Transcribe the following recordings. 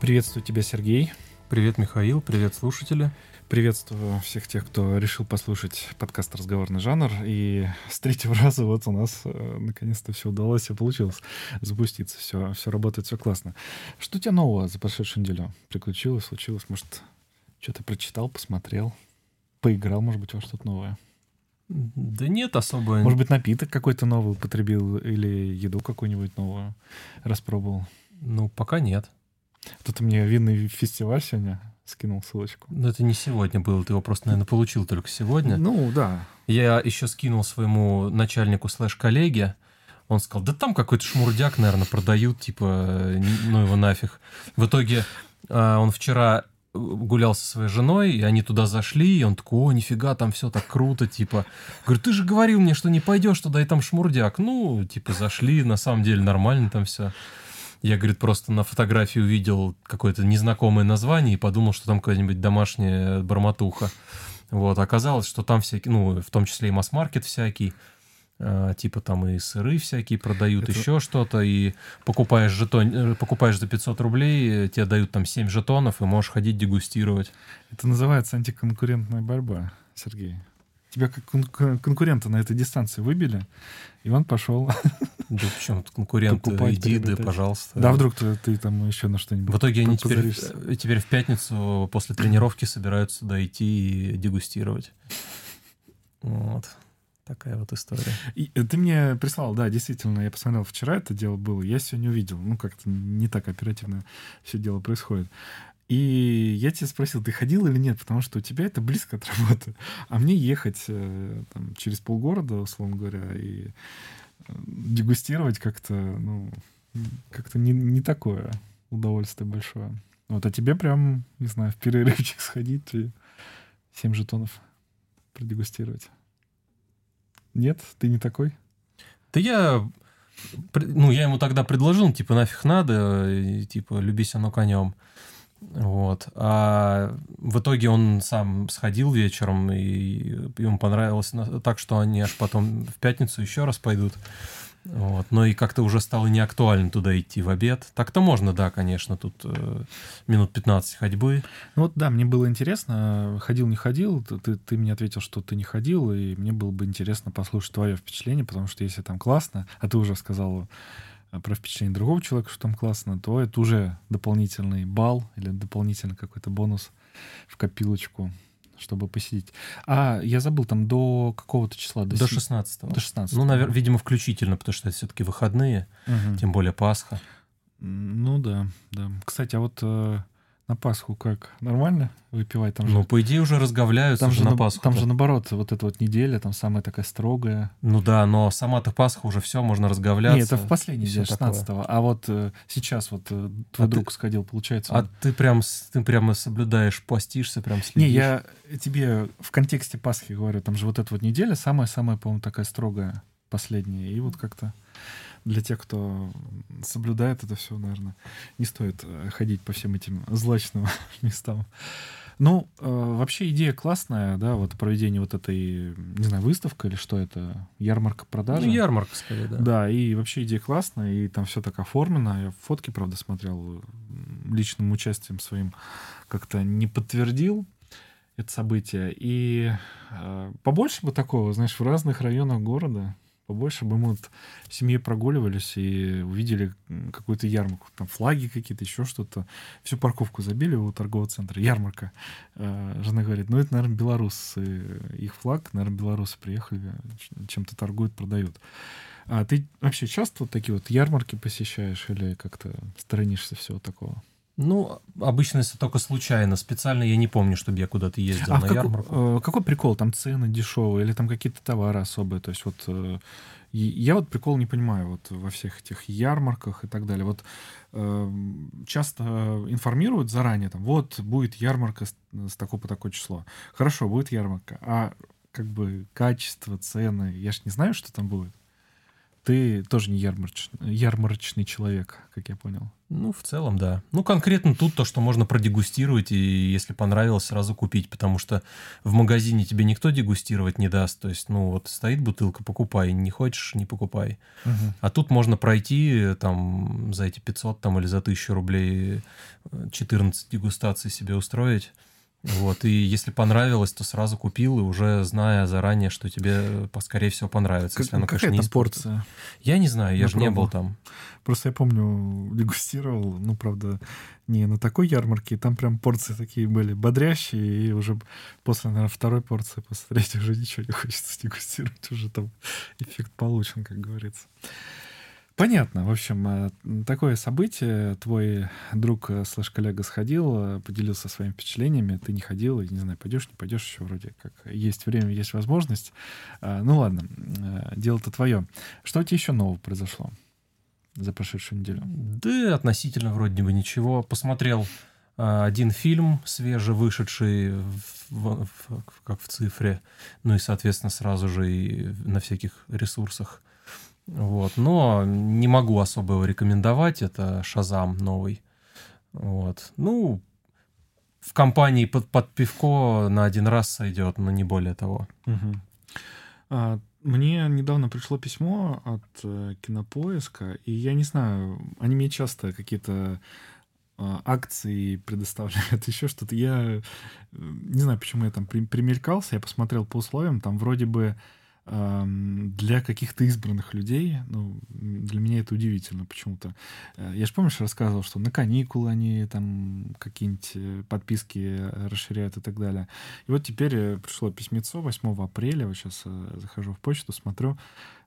Приветствую тебя, Сергей. Привет, Михаил, привет, слушатели. Приветствую всех тех, кто решил послушать подкаст «Разговорный жанр». И с третьего раза вот у нас наконец-то все удалось, все получилось запуститься. Все работает, все классно. Что у тебя нового за прошедшую неделю приключилось, случилось? Может, что-то прочитал, посмотрел, поиграл, может быть, во что-то новое? Да нет особо. Может быть, напиток какой-то новый употребил или еду какую-нибудь новую распробовал? Ну, пока нет. Тут мне винный фестиваль сегодня скинул ссылочку. Но это не сегодня было, ты его просто, наверное, получил только сегодня. Ну, да. Я еще скинул своему начальнику /коллеге. Он сказал, да там какой-то шмурдяк, наверное, продают, типа, ну его нафиг. В итоге он вчера гулял со своей женой, и они туда зашли, и он такой, о, нифига, там все так круто, типа. Говорю, ты же говорил мне, что не пойдешь туда, и там шмурдяк. Ну, типа, зашли, на самом деле нормально там все. Я, говорит, просто на фотографии увидел какое-то незнакомое название и подумал, что там какая-нибудь домашняя бормотуха. Вот, оказалось, что там всякие, ну, в том числе и масс-маркет всякий, типа там и сыры всякие продают, еще что-то, и покупаешь за 500 рублей, тебе дают там 7 жетонов, и можешь ходить дегустировать. Это называется антиконкурентная борьба, Сергей. Тебя как конкурента на этой дистанции выбили, и он пошел. Да почему тут конкуренты? Иди, да, пожалуйста. Да, вдруг ты там еще на что-нибудь. В итоге они теперь в пятницу после тренировки собираются сюда идти и дегустировать. Вот. Такая вот история. И ты мне прислал, да, действительно, я посмотрел, вчера это дело было, я сегодня увидел. Ну, как-то не так оперативно все дело происходит. И я тебя спросил, ты ходил или нет, потому что у тебя это близко от работы. А мне ехать там, через полгорода, условно говоря, и дегустировать как-то, ну, как-то не такое удовольствие большое. Вот, а тебе прям, не знаю, в перерывчик сходить и 7 жетонов продегустировать. Нет? Ты не такой? Да я ему тогда предложил, типа, нафиг надо, и, типа, любись оно конем. Вот. А в итоге он сам сходил вечером, и ему понравилось так, что они аж потом в пятницу еще раз пойдут. Вот. Но и как-то уже стало неактуально туда идти в обед. Так-то можно, да, конечно, тут минут 15 ходьбы. Ну вот, да, мне было интересно, ходил, не ходил, ты мне ответил, что ты не ходил, и мне было бы интересно послушать твое впечатление, потому что если там классно, а ты уже сказал про впечатление другого человека, что там классно, то это уже дополнительный балл или дополнительный какой-то бонус в копилочку, чтобы посидеть. А я забыл, там до какого-то числа? До 16-го. До 16-го. Ну, наверное, видимо, включительно, потому что это все-таки выходные, тем более Пасха. Ну да, да. Кстати, а вот на Пасху как? Нормально выпивать? Там Ну, же, по идее, уже разговляются там же на Пасху. Там же, наоборот, вот эта вот неделя, там самая такая строгая. Ну да, но сама-то Пасха уже все, можно разговляться. Нет, это в последний день, 16-го. А вот сейчас вот твой друг сходил, получается. А ты прямо соблюдаешь, постишься, прям следишь? Не, я тебе в контексте Пасхи говорю, там же вот эта вот неделя самая-самая, по-моему, такая строгая, последняя. И вот как-то для тех, кто соблюдает это все, наверное, не стоит ходить по всем этим злачным местам. Ну, вообще идея классная, да, вот проведение вот этой, не знаю, выставка или что это, ярмарка продажи. Ну, ярмарка, скорее, да. Да, и вообще идея классная, и там все так оформлено. Я фотки, правда, смотрел личным участием своим, как-то не подтвердил это событие. И побольше бы такого, знаешь, в разных районах города. Побольше бы мы вот в семье прогуливались и увидели какую-то ярмарку. Там флаги какие-то, еще что-то. Всю парковку забили у торгового центра. Ярмарка. Жена говорит, ну это, наверное, белорусы. Их флаг, наверное, белорусы приехали, чем-то торгуют, продают. А ты вообще часто вот такие вот ярмарки посещаешь или как-то сторонишься всего такого? Ну, обычно, если только случайно. Специально я не помню, чтобы я куда-то ездил на ярмарку. Какой прикол? Там цены дешевые или там какие-то товары особые? То есть вот я вот прикол не понимаю вот во всех этих ярмарках и так далее. Вот часто информируют заранее, там, вот будет ярмарка с такого по такое число. Хорошо, будет ярмарка. А как бы качество, цены, я ж не знаю, что там будет. ты тоже не ярмарочный человек, как я понял. Ну, в целом, да. Ну, конкретно тут то, что можно продегустировать, и если понравилось, сразу купить, потому что в магазине тебе никто дегустировать не даст. То есть, ну, вот стоит бутылка, покупай, не хочешь, не покупай. А тут можно пройти там за эти 500 там, или за 1000 рублей 14 дегустаций себе устроить. Вот, и если понравилось, то сразу купил, и уже зная заранее, что тебе, скорее всего, понравится. Если оно, конечно, Какая не там испортится. порция? Я не знаю, я же не был там. Просто я помню, дегустировал, ну, правда, не на такой ярмарке, там прям порции такие были бодрящие, и уже после, наверное, второй порции, после третьей уже ничего не хочется дегустировать, уже там эффект получен, как говорится. Понятно. В общем, такое событие. Твой друг /коллега сходил, поделился своими впечатлениями. Ты не ходил, и не знаю, пойдешь, не пойдешь, еще вроде как есть время, есть возможность. Ну ладно, дело-то твое. Что у тебя еще нового произошло за прошедшую неделю? Да, относительно вроде бы ничего. Посмотрел один фильм, свежевышедший, как в цифре, ну и, соответственно, сразу же и на всяких ресурсах. Вот. Но не могу особо его рекомендовать. Это «Шазам» новый. Вот. Ну, в компании под пивко на один раз сойдет, но не более того. Мне недавно пришло письмо от Кинопоиска, и я не знаю, они мне часто какие-то акции предоставляют, еще что-то. Я не знаю, почему я там примелькался, я посмотрел по условиям, там вроде бы для каких-то избранных людей, ну, для меня это удивительно почему-то. Я же, помнишь, рассказывал, что на каникулы они там какие-нибудь подписки расширяют и так далее. И вот теперь пришло письмецо 8 апреля, вот сейчас захожу в почту, смотрю,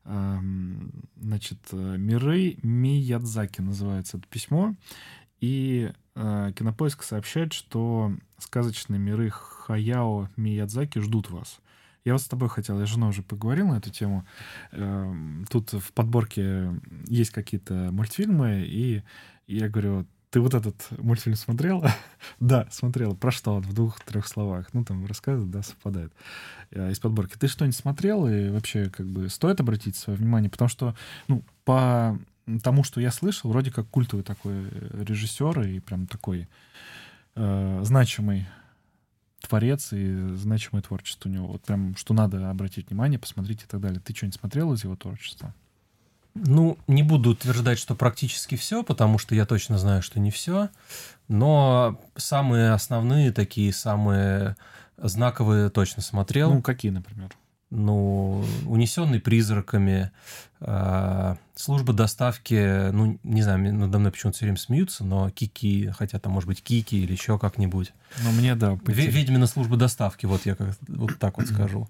значит, Мирей Миядзаки называется это письмо, и Кинопоиск сообщает, что сказочные миры Хаяо Миядзаки ждут вас. Я вот с тобой хотел, я с женой уже поговорил на эту тему. Тут в подборке есть какие-то мультфильмы, и я говорю, ты вот этот мультфильм смотрела? Да, смотрела. Про что? В 2-3 словах. Ну, там рассказывают, да, совпадает. Из подборки. Ты что-нибудь смотрел? И вообще, как бы, стоит обратить свое внимание? Потому что, ну, по тому, что я слышал, вроде как культовый такой режиссер и прям такой значимый творец и значимое творчество у него. Вот прям, что надо обратить внимание, посмотреть и так далее. Ты что-нибудь смотрел из его творчества? Ну, не буду утверждать, что практически все, потому что я точно знаю, что не все. Но самые основные такие, самые знаковые точно смотрел. Ну, какие, например? Ну, «Унесенный призраками», «Служба доставки», ну, не знаю, надо мной почему-то все время смеются, но «Кики», хотя там, может быть, «Кики» или еще как-нибудь. Ну, мне, да. «Ведьмина служба доставки», вот я вот так вот скажу.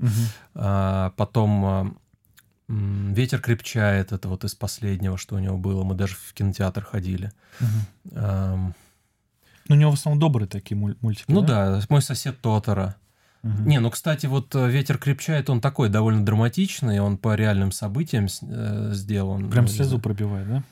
Потом «Ветер крепчает», это вот из последнего, что у него было. Мы даже в кинотеатр ходили. Ну, у него в основном добрые такие мультики, ну да, «Мой сосед Тоторо». Не, ну, кстати, вот «Ветер крепчает», он такой довольно драматичный, он по реальным событиям сделан. Прям слезу пробивает, да?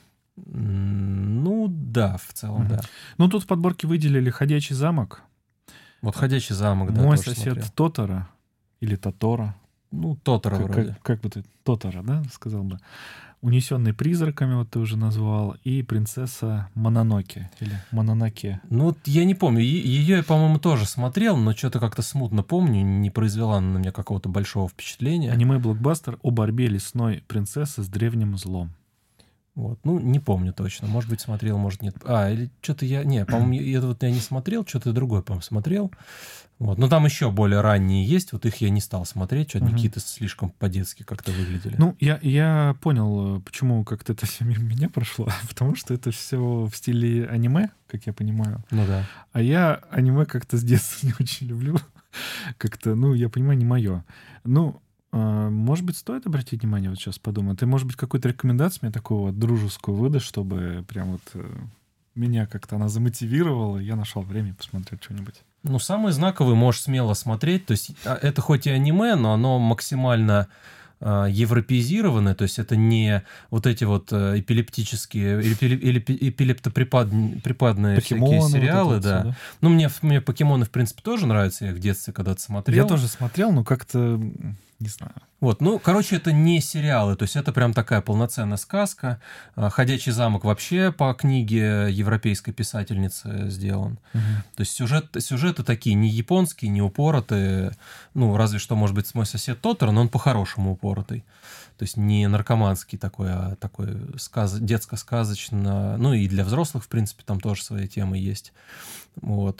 Ну, да, в целом, да. Ну, тут в подборке выделили «Ходячий замок». Вот «Ходячий замок», да, «Мой тоже сосед смотрел. Тоторо» или «Тоторо». Ну, Тоторо вроде. Как бы ты, Тоторо, да, сказал бы. «Унесенный призраками», вот ты уже назвал, и «Принцесса Мононоке» или «Мононоке». Ну, вот я не помню. Ее я, по-моему, тоже смотрел, но что-то как-то смутно помню, не произвела она на меня какого-то большого впечатления. Аниме-блокбастер о борьбе лесной принцессы с древним злом. Вот, ну, не помню точно. Может быть, смотрел, может, нет. Или что-то я... Не, по-моему, это вот я не смотрел, что-то другое, по-моему, смотрел. Вот. Но там еще более ранние есть, вот их я не стал смотреть, что-то какие-то слишком по-детски как-то выглядели. Ну, я понял, почему как-то это все мимо меня прошло, потому что это все в стиле аниме, как я понимаю. Ну да. А я аниме как-то с детства не очень люблю. Как-то, ну, я понимаю, не мое. Ну, может быть, стоит обратить внимание, вот сейчас подумаю. Ты, может быть, какую-то рекомендацию мне такого такую выдашь, чтобы прям вот меня как-то она замотивировала, и я нашел время посмотреть что-нибудь. Ну, самые знаковые можешь смело смотреть. То есть это хоть и аниме, но оно максимально европеизированное. То есть это не вот эти вот эпилептические или эпилептоприпадные всякие сериалы. Вот да. Все, да. Ну, мне покемоны, в принципе, тоже нравятся. Я их в детстве когда-то смотрел. Я тоже смотрел, но как-то не знаю. Вот, ну, короче, это не сериалы, то есть это прям такая полноценная сказка. «Ходячий замок» вообще по книге европейской писательницы сделан. То есть сюжеты такие не японские, не упоротые, ну, разве что, может быть, «Мой сосед Тоторо», но он по-хорошему упоротый. То есть не наркоманский такой, а такой детско-сказочно, ну, и для взрослых, в принципе, там тоже свои темы есть. Вот.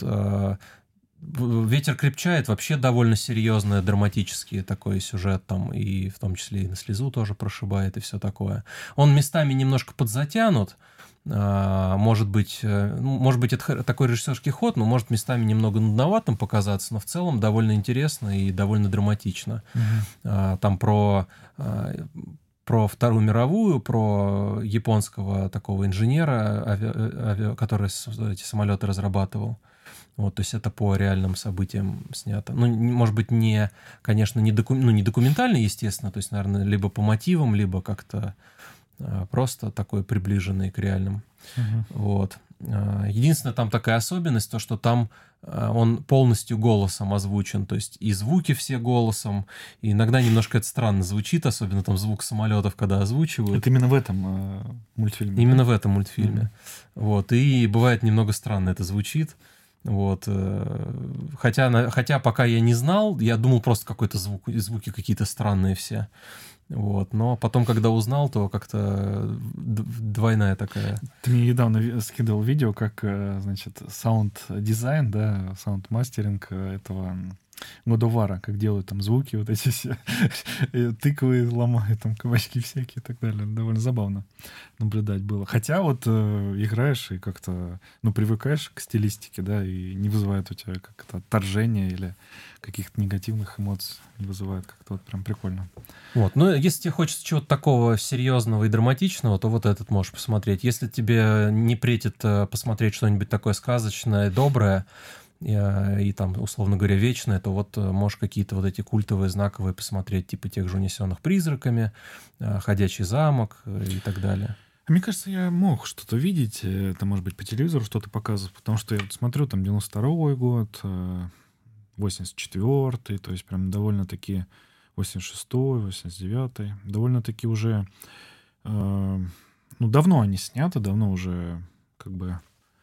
«Ветер крепчает» вообще довольно серьезный, драматический такой сюжет там, и в том числе и на слезу тоже прошибает, и все такое. Он местами немножко подзатянут, может быть, это такой режиссерский ход, но может местами немного нудноватым показаться, но в целом довольно интересно и довольно драматично. Там про Вторую мировую, про японского такого инженера, который эти самолеты разрабатывал. Вот, то есть это по реальным событиям снято. Ну, может быть, конечно, не документально, естественно, то есть, наверное, либо по мотивам, либо как-то просто такой приближенный к реальным. Вот. Единственная там такая особенность, то, что там он полностью голосом озвучен, то есть и звуки все голосом, и иногда немножко это странно звучит, особенно там звук самолетов, когда озвучивают. Это именно в этом мультфильме? Именно в этом мультфильме. Вот. И бывает немного странно это звучит. Вот. Хотя пока я не знал, я думал просто какой-то звуки какие-то странные все. Вот. Но потом, когда узнал, то как-то двойная такая. Ты мне недавно скидывал видео, как, значит, саунд-дизайн, да, саунд-мастеринг этого Годовара, как делают там звуки, вот эти все тыквы ломают, там кабачки всякие и так далее. Довольно забавно наблюдать было. Хотя вот играешь и как-то, ну, привыкаешь к стилистике, да, и не вызывает у тебя как-то отторжения или каких-то негативных эмоций, не вызывает как-то вот прям прикольно. Вот, ну, если тебе хочется чего-то такого серьезного и драматичного, то вот этот можешь посмотреть. Если тебе не претит посмотреть что-нибудь такое сказочное, доброе, и там, условно говоря, вечное, то вот можешь какие-то вот эти культовые, знаковые посмотреть, типа тех же «Унесенных призраками», «Ходячий замок» и так далее. Мне кажется, я мог что-то видеть, это, может быть, по телевизору что-то показывать, потому что я вот смотрю, там, 92-й год, 84-й, то есть прям довольно-таки 86-й, 89-й, довольно-таки уже, ну, давно они сняты, давно уже как бы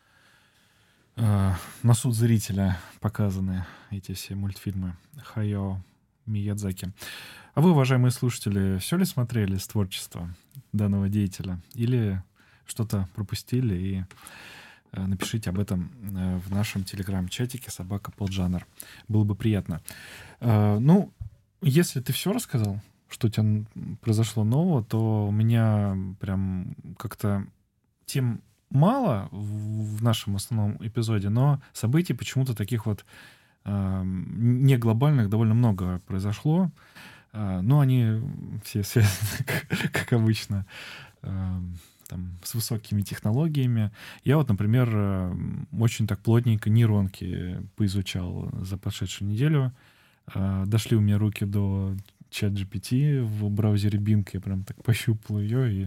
на суд зрителя показаны эти все мультфильмы Хаяо Миядзаки. А вы, уважаемые слушатели, все ли смотрели с творчества данного деятеля? Или что-то пропустили? И напишите об этом в нашем телеграм-чатике @podjanr. Было бы приятно. Ну, если ты все рассказал, что у тебя произошло нового, то у меня прям как-то тем мало в нашем основном эпизоде, но событий почему-то таких вот не глобальных довольно много произошло. Но они все связаны, как обычно, там, с высокими технологиями. Я вот, например, очень так плотненько нейронки поизучал за прошедшую неделю. Дошли у меня руки до ChatGPT в браузере Bing. Я прям так пощупал ее, и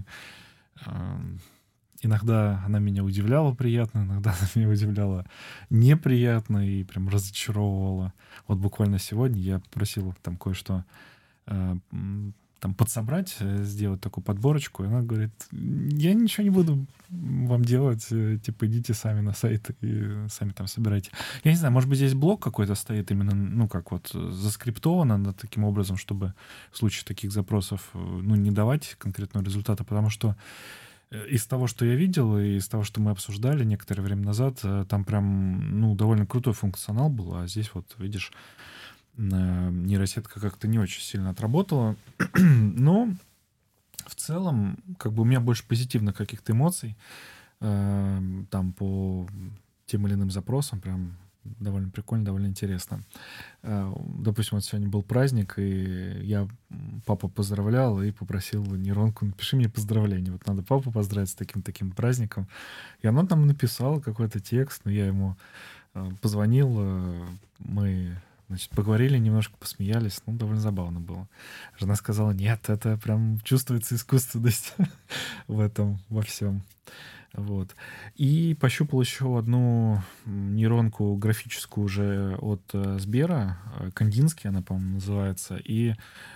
иногда она меня удивляла приятно, иногда она меня удивляла неприятно и прям разочаровывала. Вот буквально сегодня я просил там кое-что там подсобрать, сделать такую подборочку, и она говорит: я ничего не буду вам делать, типа идите сами на сайт и сами там собирайте. Я не знаю, может быть, здесь блок какой-то стоит именно, ну, как вот заскриптовано таким образом, чтобы в случае таких запросов, ну, не давать конкретного результата, потому что из того, что я видел, и из того, что мы обсуждали некоторое время назад, там прям, ну, довольно крутой функционал был, а здесь вот, видишь, нейросетка как-то не очень сильно отработала. Но в целом, как бы у меня больше позитивных каких-то эмоций там по тем или иным запросам, прям довольно прикольно, довольно интересно. Допустим, вот сегодня был праздник, и я папу поздравлял и попросил нейронку: напиши мне поздравление. Вот надо папу поздравить с таким-таким праздником. И она там написала какой-то текст, но я ему позвонил, мы, значит, поговорили немножко, посмеялись. Ну, довольно забавно было. Жена сказала: нет, это прям чувствуется искусственность в этом, во всем. Вот. И пощупал еще одну нейронку графическую уже от Сбера, Кандинский она, по-моему, называется. И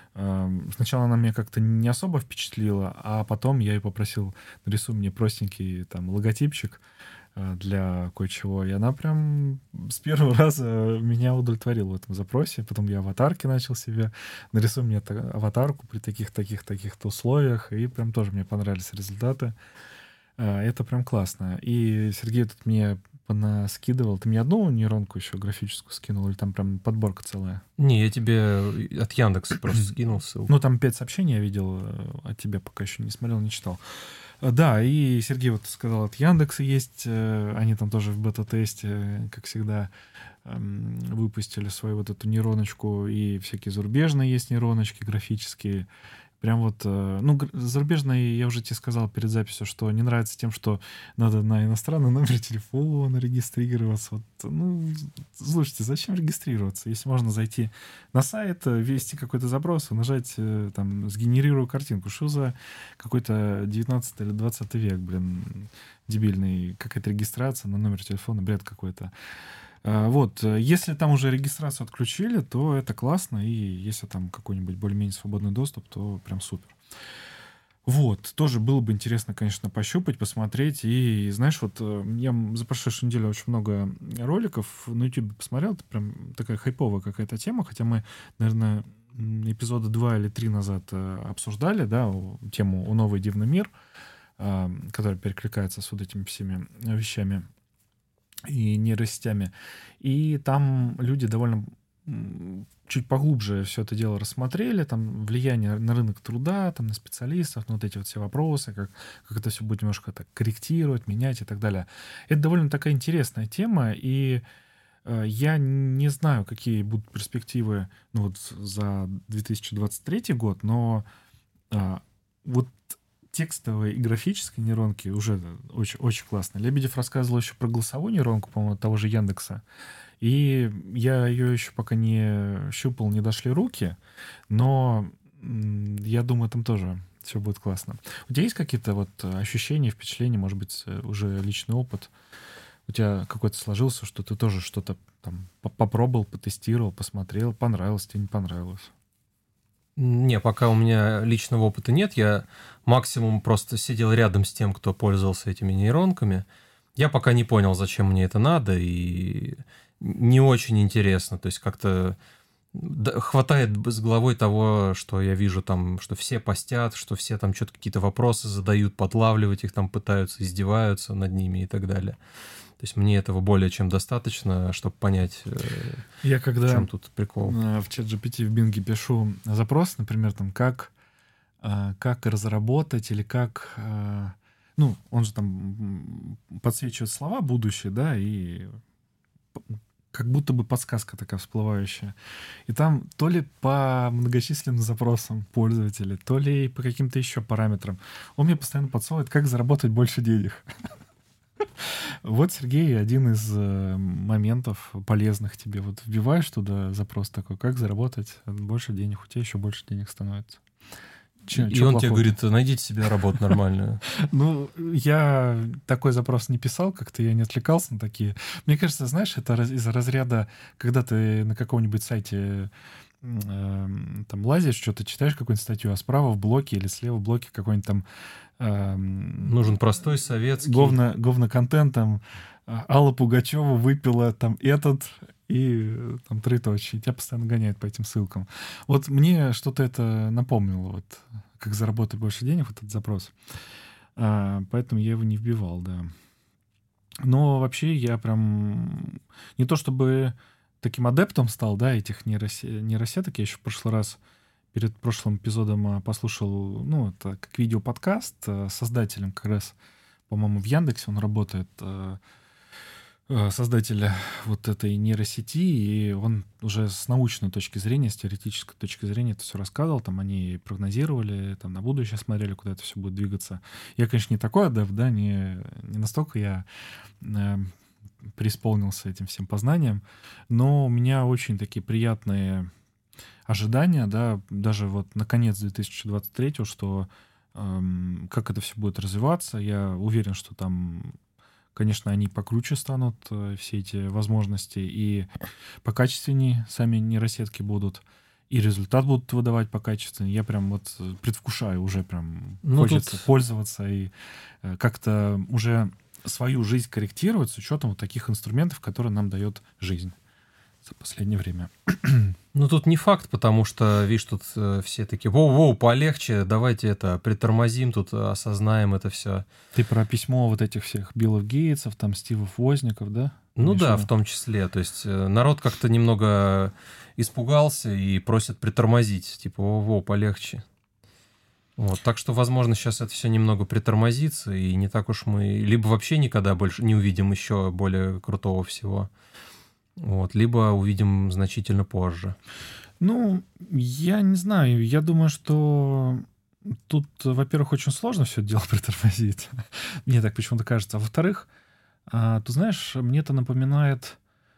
Сначала она меня как-то не особо впечатлила, а потом я ее попросил: нарисуй мне простенький там логотипчик для кое-чего. И она прям с первого раза меня удовлетворила в этом запросе. Потом я аватарки начал себе. Нарисуй мне аватарку при таких-таких-таких-то условиях. И прям тоже мне понравились результаты. Это прям классно. И Сергей тут мне понаскидывал. Ты мне одну нейронку еще графическую скинул, или там прям подборка целая? Не, я тебе от Яндекса просто скинул ссылку. Ну, там 5 сообщений я видел от тебя, пока еще не смотрел, не читал. Да, и Сергей вот сказал, от Яндекса есть, они там тоже в бета-тесте, как всегда, выпустили свою вот эту нейроночку, и всякие зарубежные есть нейроночки графические. Прям вот, ну, зарубежные, я уже тебе сказал перед записью, что не нравится тем, что надо на иностранный номер телефона регистрироваться. Вот, ну, слушайте, зачем регистрироваться, если можно зайти на сайт, ввести какой-то запрос и нажать, там, сгенерирую картинку. Что за какой-то 19 или 20 век, блин, дебильный, какая-то регистрация на номер телефона, бред какой-то. Вот, если там уже регистрацию отключили, то это классно, и если там какой-нибудь более-менее свободный доступ, то прям супер. Вот, тоже было бы интересно, конечно, пощупать, посмотреть. И, знаешь, вот я за прошедшую неделю очень много роликов на YouTube посмотрел, это прям такая хайповая какая-то тема, хотя мы, наверное, эпизода 2 или 3 назад обсуждали, да, тему «О новый дивный мир», которая перекликается с вот этими всеми вещами и нейросетями. И там люди довольно чуть поглубже все это дело рассмотрели, там влияние на рынок труда, там на специалистов, ну, вот эти вот все вопросы, как это все будет немножко так корректировать, менять и так далее. Это довольно такая интересная тема, и я не знаю, какие будут перспективы, ну, вот за 2023 год, но вот текстовой и графической нейронки уже очень, очень классно. Лебедев рассказывал еще про голосовую нейронку, по-моему, того же Яндекса. И я ее еще пока не щупал, не дошли руки, но я думаю, там тоже все будет классно. У тебя есть какие-то вот ощущения, впечатления, может быть, уже личный опыт? У тебя какой-то сложился, что ты тоже что-то там попробовал, потестировал, посмотрел, понравилось тебе, не понравилось? Не, пока у меня личного опыта нет. Я максимум просто сидел рядом с тем, кто пользовался этими нейронками. Я пока не понял, зачем мне это надо, и не очень интересно. То есть как-то хватает с головой того, что я вижу там, что все постят, что все там что-то какие-то вопросы задают, подлавливать их там пытаются, издеваются над ними и так далее. То есть мне этого более чем достаточно, чтобы понять, Я в когда чем тут прикол. в ChatGPT в Bing пишу запрос, например, там, как разработать или как... Ну, он же там подсвечивает слова будущее, да, и как будто бы подсказка такая всплывающая. И там то ли по многочисленным запросам пользователей, то ли по каким-то еще параметрам. Он мне постоянно подсовывает, как заработать больше денег. Вот, Сергей, один из моментов полезных тебе. Вот вбиваешь туда запрос такой, как заработать больше денег, у тебя еще больше денег становится. И он тебе говорит, найдите себе работу нормальную. Ну, я такой запрос не писал, как-то я не отвлекался на такие. Мне кажется, знаешь, это из разряда, когда ты на каком-нибудь сайте там лазишь, что-то читаешь какую-нибудь статью, а справа в блоке или слева в блоке какой-нибудь там Нужен простой советский. Говно-контент, там Алла Пугачева выпила там этот и там троеточие. Тебя постоянно гоняют по этим ссылкам. Вот мне что-то это напомнило, вот как заработать больше денег, вот этот запрос. Поэтому я его не вбивал, да. Но вообще я прям не то чтобы таким адептом стал, да, этих нейросеток. Я еще в прошлый раз перед прошлым эпизодом послушал, ну, это как видеоподкаст с создателем как раз, по-моему, в Яндексе он работает, создателя вот этой нейросети, и он уже с научной точки зрения, с теоретической точки зрения это все рассказывал, там они прогнозировали, там на будущее смотрели, куда это все будет двигаться. Я, конечно, не такой адепт, да, не настолько я преисполнился этим всем познанием, но у меня очень такие приятные ожидания, да, даже вот на конец 2023, что как это все будет развиваться. Я уверен, что там, конечно, они покруче станут, все эти возможности, и покачественнее сами нейросетки будут. и результат будут выдавать покачественнее. Я прям вот предвкушаю, уже прям Ну, хочется тут пользоваться и как-то уже свою жизнь корректировать с учетом вот таких инструментов, которые нам дает жизнь за последнее время. Ну, тут не факт, потому что, видишь, тут все такие, воу-воу, полегче, давайте это, притормозим, тут осознаем это все. Ты про письмо вот этих всех Биллов Гейтсов, там, Стивов Возников, да? Ну Имеешь в да, виду? в том числе. То есть народ как-то немного испугался и просит притормозить, типа, воу-воу, полегче. Вот, так что, возможно, сейчас это все немного притормозится, и не так уж мы либо вообще никогда больше не увидим еще более крутого всего, вот, либо увидим значительно позже. Ну, я не знаю. Я думаю, что тут, во-первых, очень сложно все это дело притормозить. Мне так почему-то кажется. А во-вторых, ты знаешь, мне это напоминает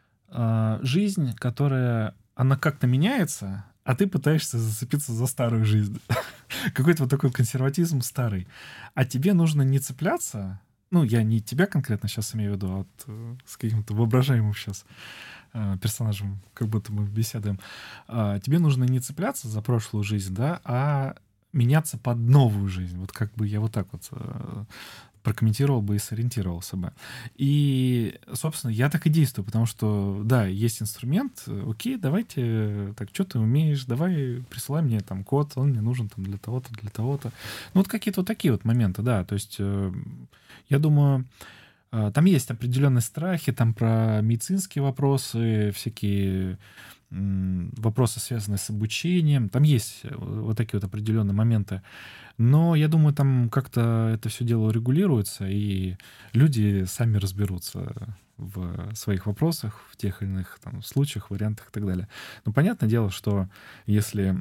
жизнь, которая, она как-то меняется, а ты пытаешься зацепиться за старую жизнь. Какой-то вот такой консерватизм старый. А тебе нужно не цепляться, ну, я не тебя конкретно сейчас имею в виду, а вот с каким-то воображаемым сейчас персонажем, как будто мы беседуем. Тебе нужно не цепляться за прошлую жизнь, да, а меняться под новую жизнь. Вот как бы я вот так вот прокомментировал бы и сориентировался бы. И, собственно, я так и действую, потому что, да, есть инструмент, окей, давайте, так, что ты умеешь, давай присылай мне там код, он мне нужен там для того-то, для того-то. Ну, вот какие-то вот такие вот моменты, да, то есть я думаю, там есть определенные страхи, там про медицинские вопросы, всякие вопросы, связанные с обучением. Там есть вот такие вот определенные моменты. Но я думаю, там как-то это все дело регулируется, и люди сами разберутся в своих вопросах, в тех или иных там случаях, вариантах и так далее. Но понятное дело, что если,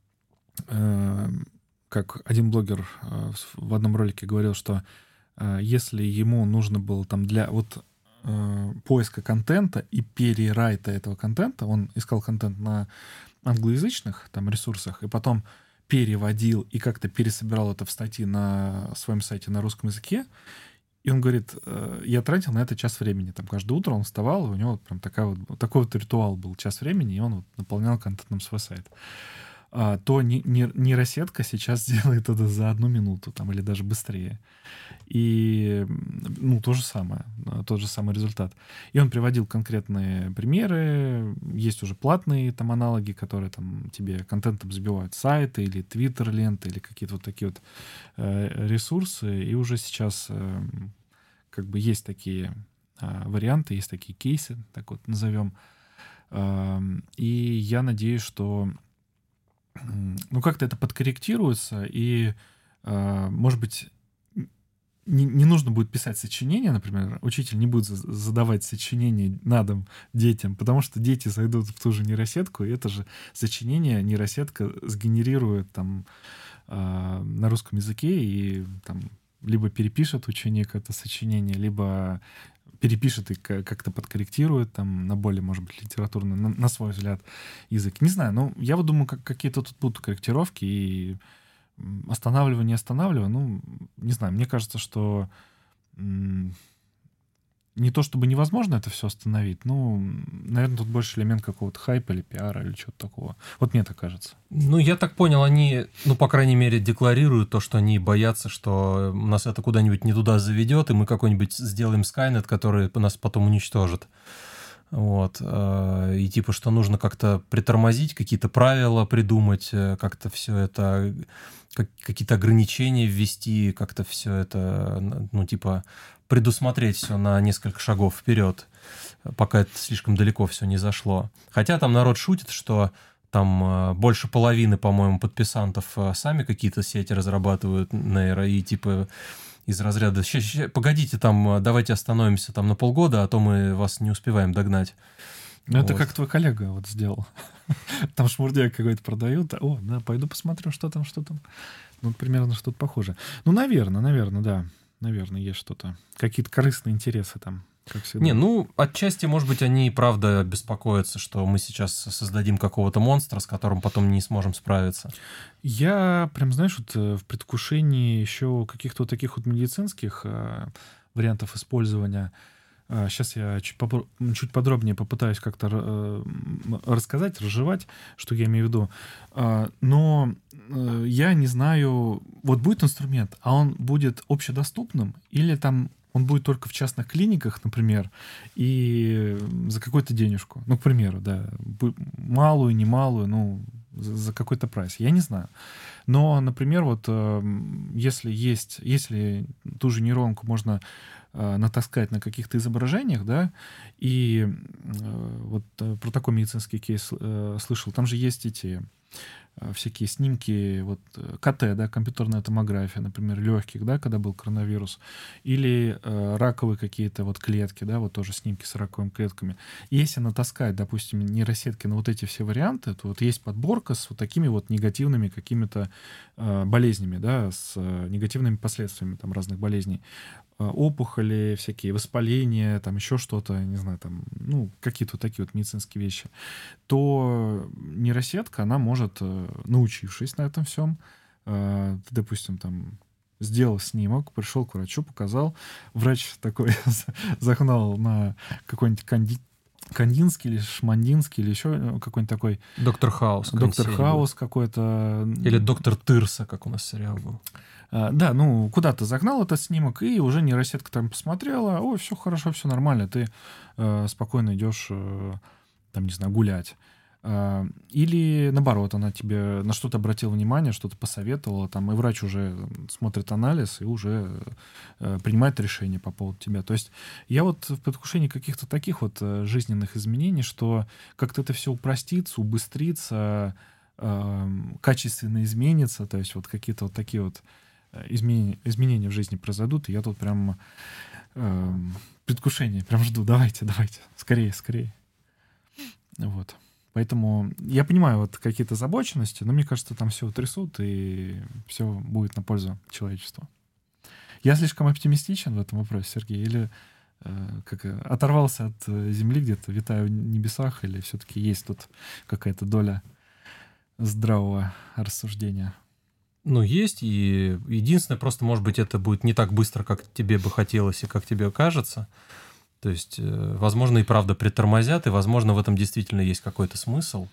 как один блогер в одном ролике говорил, что если ему нужно было там для вот поиска контента и перерайта этого контента, он искал контент на англоязычных там ресурсах, и потом переводил и как-то пересобирал это в статьи на своем сайте на русском языке, и он говорит, я тратил на это час времени. Там каждое утро он вставал, и у него вот прям такой вот ритуал был, час времени, и он вот наполнял контентом свой сайт. То нейросетка сейчас делает это за 1 минуту там, или даже быстрее. И, ну, тот же самый результат. И он приводил конкретные примеры. Есть уже платные там аналоги, которые там тебе контентом забивают сайты или твиттер-ленты, или какие-то вот такие вот ресурсы. И уже сейчас как бы есть такие варианты, есть такие кейсы, так вот назовем. И я надеюсь, что ну, как-то это подкорректируется, и, может быть, не нужно будет писать сочинения, например, учитель не будет задавать сочинения на дом детям, потому что дети зайдут в ту же нейросетку, и это же сочинение нейросетка сгенерирует там на русском языке, и там либо перепишет ученик это сочинение, либо перепишет и как-то подкорректирует там на более, может быть, литературный, на свой взгляд, язык. Не знаю, но я вот думаю, какие-то тут будут корректировки и останавливаю, не останавливаю. Ну, не знаю, мне кажется, что не то чтобы невозможно это все остановить, ну, наверное, тут больше элемент какого-то хайпа или пиара или чего-то такого. Вот мне так кажется. Ну, я так понял, они, ну, по крайней мере, декларируют то, что они боятся, что нас это куда-нибудь не туда заведет, и мы какой-нибудь сделаем Skynet, который нас потом уничтожит. Вот. И типа, что нужно как-то притормозить, какие-то правила придумать, как-то все это, какие-то ограничения ввести, как-то все это, ну, типа, предусмотреть все на несколько шагов вперед, пока это слишком далеко все не зашло. Хотя там народ шутит, что там больше половины, по-моему, подписантов сами какие-то сети разрабатывают нейро, и типа из разряда погодите, там, давайте остановимся там на полгода, а то мы вас не успеваем догнать. Ну, это как твой коллега вот сделал. Там шмурдяк какой-то продают. О, да, пойду посмотрю, что там. Ну, примерно что-то похожее. Ну, наверное, да. Наверное, есть что-то. Какие-то корыстные интересы там, как всегда. Не, ну, отчасти, может быть, они и правда беспокоятся, что мы сейчас создадим какого-то монстра, с которым потом не сможем справиться. Я прям, знаешь, вот в предвкушении еще каких-то вот таких вот медицинских вариантов использования. Сейчас я чуть подробнее попытаюсь как-то рассказать, разжевать, что я имею в виду. Но я не знаю, вот будет инструмент, а он будет общедоступным или там он будет только в частных клиниках, например, и за какую-то денежку. Ну, к примеру, да, малую, немалую, ну, за какой-то прайс. Я не знаю. Но, например, вот если ту же нейронку можно натаскать на каких-то изображениях, да, и вот про такой медицинский кейс слышал, там же есть эти всякие снимки, вот КТ, да, компьютерная томография, например, легких, да, когда был коронавирус, или раковые какие-то вот клетки, да, вот тоже снимки с раковыми клетками. И если натаскать, допустим, нейросетки на вот эти все варианты, то вот есть подборка с вот такими вот негативными какими-то болезнями, да, с негативными последствиями там разных болезней. Опухоли, всякие воспаления, там еще что-то, не знаю, там, ну, какие-то вот такие вот медицинские вещи, то нейросетка, она может, научившись на этом всем, ты, допустим, там, сделал снимок, пришел к врачу, показал, врач такой загнал на какой-нибудь Кандинский или Шмандинский или еще какой-нибудь такой... Доктор Хаус. Доктор Хаус какой-то. Или доктор Тырса, как у нас сериал был. Да, ну, куда-то загнал этот снимок, и уже нейросетка там посмотрела, ой, все хорошо, все нормально, ты спокойно идешь, там, не знаю, гулять. Или, наоборот, она тебе на что-то обратила внимание, что-то посоветовала, там, и врач уже смотрит анализ и уже принимает решение по поводу тебя. То есть я вот в предвкушении каких-то таких вот жизненных изменений, что как-то это все упростится, убыстрится, качественно изменится, то есть вот какие-то вот такие вот изменения в жизни произойдут, и я тут прям предвкушение, прям жду, давайте, скорее. Вот. Поэтому я понимаю вот какие-то озабоченности, но мне кажется, там все утрясут, и все будет на пользу человечеству. Я слишком оптимистичен в этом вопросе, Сергей, или оторвался от земли где-то, витаю в небесах, или все-таки есть тут какая-то доля здравого рассуждения? Ну, есть, и единственное, просто, может быть, это будет не так быстро, как тебе бы хотелось и как тебе кажется. То есть, возможно, и правда притормозят, и, возможно, в этом действительно есть какой-то смысл.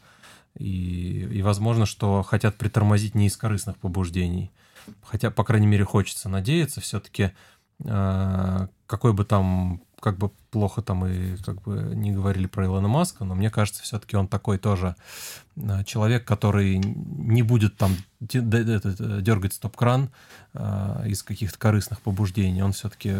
И возможно, что хотят притормозить не из корыстных побуждений. Хотя, по крайней мере, хочется надеяться, все-таки, какой бы там, как бы плохо там и как бы не говорили про Илона Маска, но мне кажется, все-таки он такой тоже человек, который не будет там дергать стоп-кран из каких-то корыстных побуждений. Он все-таки...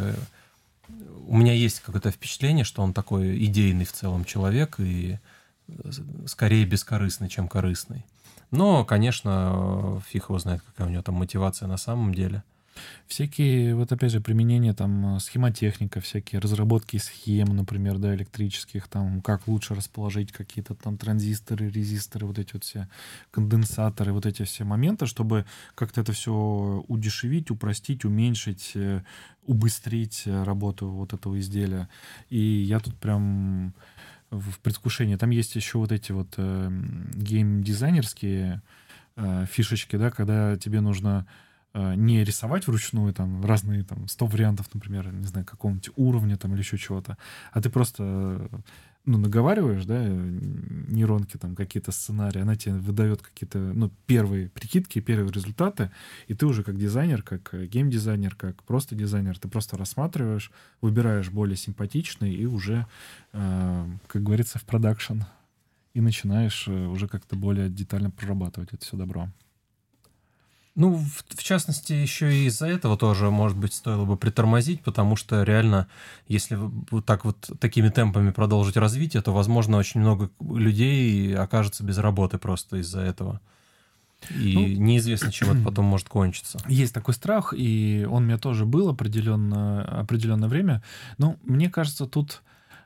У меня есть какое-то впечатление, что он такой идейный в целом человек и скорее бескорыстный, чем корыстный. Но, конечно, фиг его знает, какая у него там мотивация на самом деле. Всякие, вот опять же, применения там схемотехника, всякие разработки схем, например, да, электрических, там, как лучше расположить какие-то там транзисторы, резисторы, вот эти вот все конденсаторы, вот эти все моменты, чтобы как-то это все удешевить, упростить, уменьшить, убыстрить работу вот этого изделия. И я тут прям в предвкушении. Там есть еще вот эти вот гейм-дизайнерские фишечки, да, когда тебе нужно не рисовать вручную там разные там 100 вариантов, например, не знаю, какого-нибудь уровня там или еще чего-то, а ты просто наговариваешь, да, нейронки там какие-то сценарии, она тебе выдает какие-то, первые прикидки, первые результаты, и ты уже как дизайнер, как геймдизайнер, как просто дизайнер, ты просто рассматриваешь, выбираешь более симпатичный и уже, как говорится, в продакшн, и начинаешь уже как-то более детально прорабатывать это все добро. Ну, в частности, еще и из-за этого тоже, может быть, стоило бы притормозить, потому что реально, если вот так вот такими темпами продолжить развитие, то, возможно, очень много людей окажется без работы просто из-за этого. И неизвестно, чем это потом может кончиться. Есть такой страх, и он у меня тоже был определенное время. Но мне кажется, тут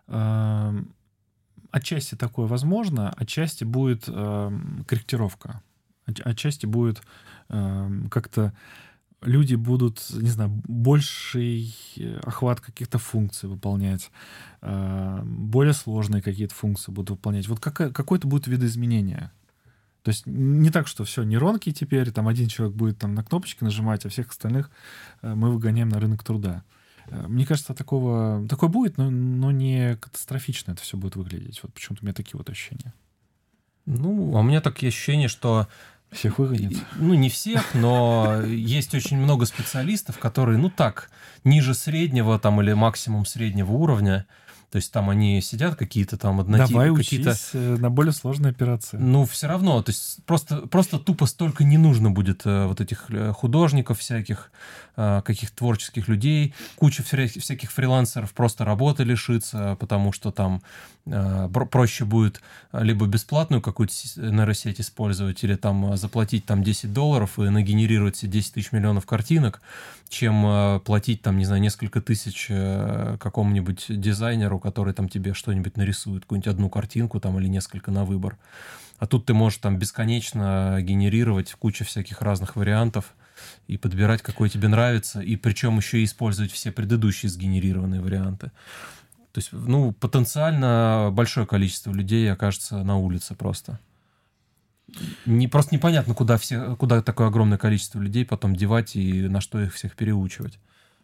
отчасти такое возможно, отчасти будет корректировка. Отчасти будет как-то люди будут, не знаю, больший охват каких-то функций выполнять, более сложные какие-то функции будут выполнять. Вот какой-то будет видоизменение. То есть не так, что все, нейронки теперь, там один человек будет там на кнопочки нажимать, а всех остальных мы выгоняем на рынок труда. Мне кажется, такое будет, но не катастрофично это все будет выглядеть. Вот почему-то у меня такие вот ощущения. Ну, а у меня такие ощущения, что Всех выгонят. ну, не всех, но есть очень много специалистов, которые, ну так, ниже среднего там или максимум среднего уровня. То есть там они сидят какие-то там Давай какие-то... учись на более сложные операции. Ну, все равно, то есть просто тупо столько не нужно будет вот этих художников всяких, каких-то творческих людей, куча всяких фрилансеров просто работы лишится, потому что там проще будет либо бесплатную какую-то нейросеть использовать, или там заплатить там $10 и нагенерировать себе 10 тысяч миллионов картинок, чем платить там, не знаю, несколько тысяч какому-нибудь дизайнеру, который там тебе что-нибудь нарисует, какую-нибудь одну картинку там или несколько на выбор. А тут ты можешь там бесконечно генерировать кучу всяких разных вариантов и подбирать, какой тебе нравится, и причем еще и использовать все предыдущие сгенерированные варианты. То есть, ну, потенциально большое количество людей окажется на улице просто. Просто непонятно, куда такое огромное количество людей потом девать и на что их всех переучивать.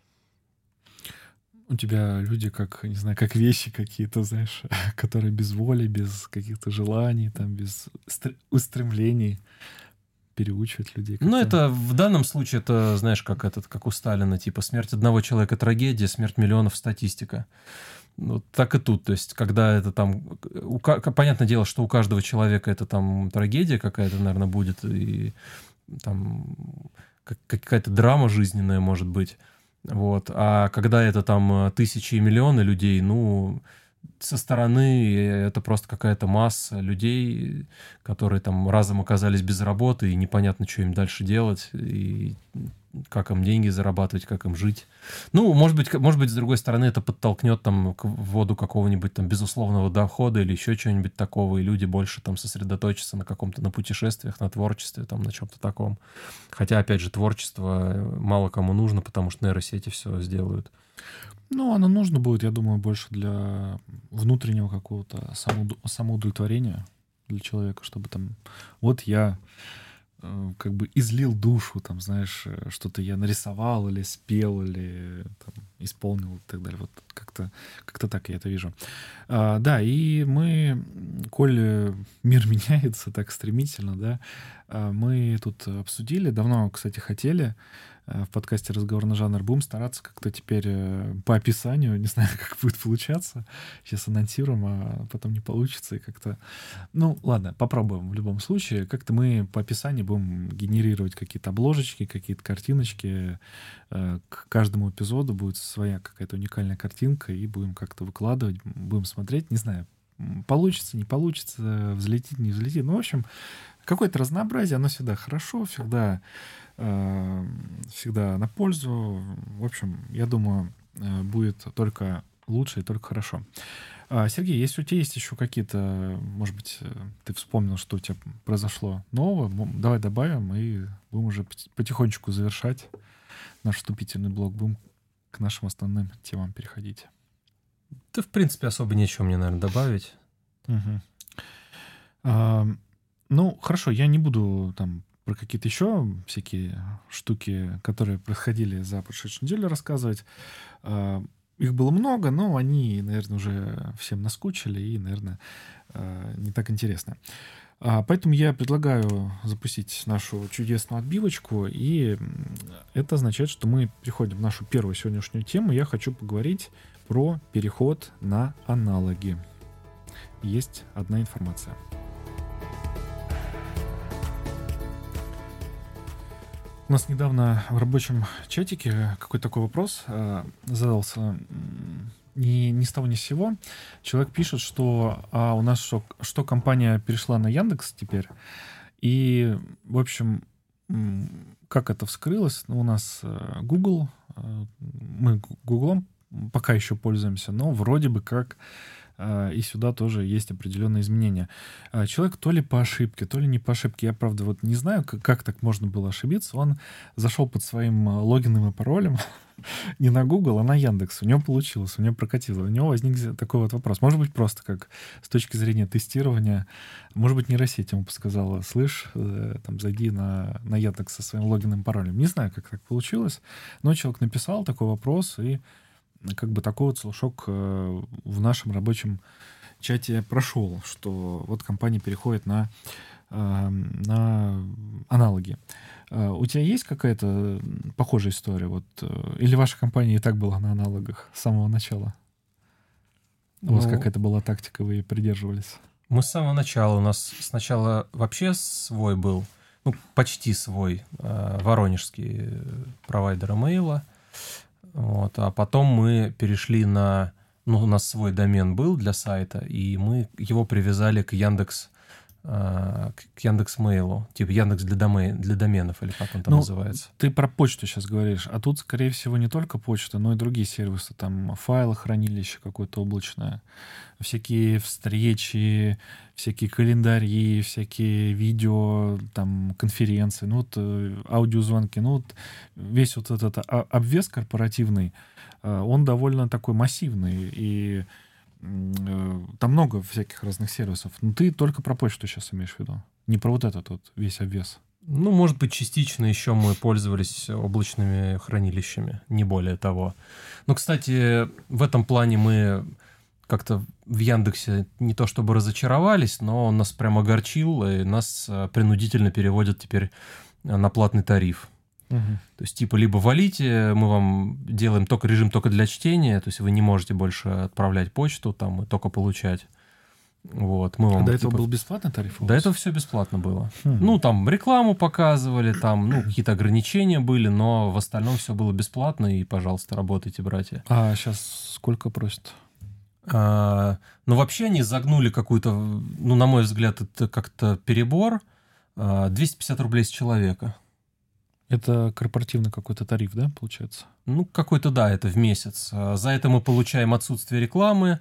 У тебя люди как, не знаю, как вещи какие-то, знаешь, которые без воли, без каких-то желаний, там, без устремлений переучивать людей. Ну, это в данном случае, это, знаешь, как у Сталина, типа смерть одного человека трагедия, смерть миллионов статистика. Вот так и тут, то есть, когда это там... Понятное дело, что у каждого человека это там трагедия какая-то, наверное, будет, и там какая-то драма жизненная может быть. Вот. А когда это там тысячи и миллионы людей, ну, со стороны это просто какая-то масса людей, которые там разом оказались без работы, и непонятно, что им дальше делать, и как им деньги зарабатывать, как им жить. Ну, может быть, с другой стороны, это подтолкнет там к вводу какого-нибудь там безусловного дохода или еще чего-нибудь такого, и люди больше там сосредоточатся на каком-то, на путешествиях, на творчестве, там, на чем-то таком. Хотя, опять же, творчество мало кому нужно, потому что нейросети все сделают. Ну, оно нужно будет, я думаю, больше для внутреннего какого-то самоудовлетворения для человека, чтобы там... Вот я как бы излил душу, там, знаешь, что-то я нарисовал или спел, или там, исполнил и так далее. Вот как-то так я это вижу. Да, и мы, коль мир меняется так стремительно, да, мы тут обсудили, давно, кстати, хотели в подкасте «Разговор на жанр» будем стараться как-то теперь по описанию, не знаю, как будет получаться. Сейчас анонсируем, а потом не получится. И как-то... Ну, ладно, попробуем в любом случае. Как-то мы по описанию будем генерировать какие-то обложечки, какие-то картиночки. К каждому эпизоду будет своя какая-то уникальная картинка, и будем как-то выкладывать, будем смотреть. Не знаю, получится, не получится, взлетит, не взлетит. Ну, в общем, какое-то разнообразие, оно всегда хорошо, всегда на пользу. В общем, я думаю, будет только лучше и только хорошо. Сергей, если у тебя есть еще какие-то, может быть, ты вспомнил, что у тебя произошло нового, давай добавим и будем уже потихонечку завершать наш вступительный блок, будем к нашим основным темам переходить. Да, в принципе, особо нечего мне, наверное, добавить. Угу. Ну, хорошо, я не буду там про какие-то еще всякие штуки, которые происходили за прошедшую неделю, рассказывать. Их было много, но они, наверное, уже всем наскучили и, наверное, не так интересно. Поэтому я предлагаю запустить нашу чудесную отбивочку, и это означает, что мы переходим в нашу первую сегодняшнюю тему. Я хочу поговорить про переход на аналоги. Есть одна информация. У нас недавно в рабочем чатике какой-то такой вопрос задался ни с того ни с сего. Человек пишет, что у нас что компания перешла на Яндекс теперь. И, в общем, как это вскрылось? Ну, у нас Google, мы Гуглом пока еще пользуемся, но вроде бы как и сюда тоже есть определенные изменения. Человек то ли по ошибке, то ли не по ошибке, я, правда, вот не знаю, как так можно было ошибиться. Он зашел под своим логином и паролем не на Google, а на Яндекс. У него получилось, у него прокатило. У него возник такой вот вопрос. Может быть, просто как с точки зрения тестирования, может быть, нейросеть ему подсказала: слышь, там, зайди на Яндекс со своим логином и паролем. Не знаю, как так получилось, но человек написал такой вопрос, и как бы такой вот слушок в нашем рабочем чате прошел, что вот компания переходит на аналоги. У тебя есть какая-то похожая история? Вот, или ваша компания и так была на аналогах с самого начала? У вас какая-то была тактика, вы придерживались? Мы с самого начала, у нас сначала вообще свой был, ну, почти свой, воронежский провайдер имейла. Вот, а потом мы перешли на... Ну, у нас свой домен был для сайта, и мы его привязали к Яндекс.Мейлу, типа Яндекс для доменов, или как он там называется. Ты про почту сейчас говоришь, а тут, скорее всего, не только почта, но и другие сервисы, там файлы, хранилище какое-то облачное, всякие встречи, всякие календари, всякие видео, там, конференции, ну, вот аудиозвонки, ну, вот весь вот этот обвес корпоративный, он довольно такой массивный, и там много всяких разных сервисов. Но ты только про почту сейчас имеешь в виду. Не про вот этот вот весь обвес. Ну, может быть, частично еще мы пользовались облачными хранилищами, не более того. Но, кстати, в этом плане мы как-то в Яндексе не то чтобы разочаровались, но он нас прям огорчил, и нас принудительно переводят теперь на платный тариф. То есть, типа, либо валите, мы вам делаем только режим только для чтения, то есть вы не можете больше отправлять почту там и только получать. Вот, мы вам, до этого был бесплатный тариф? До этого все бесплатно было. Ну, там рекламу показывали, там, ну, какие-то ограничения были, но в остальном все было бесплатно, и, пожалуйста, работайте, братья. А сейчас сколько просят? Ну, вообще они загнули какую-то, ну, на мой взгляд, это как-то перебор. 250 рублей с человека. Это корпоративный какой-то тариф, да, получается? Ну, какой-то, да, это в месяц. За это мы получаем отсутствие рекламы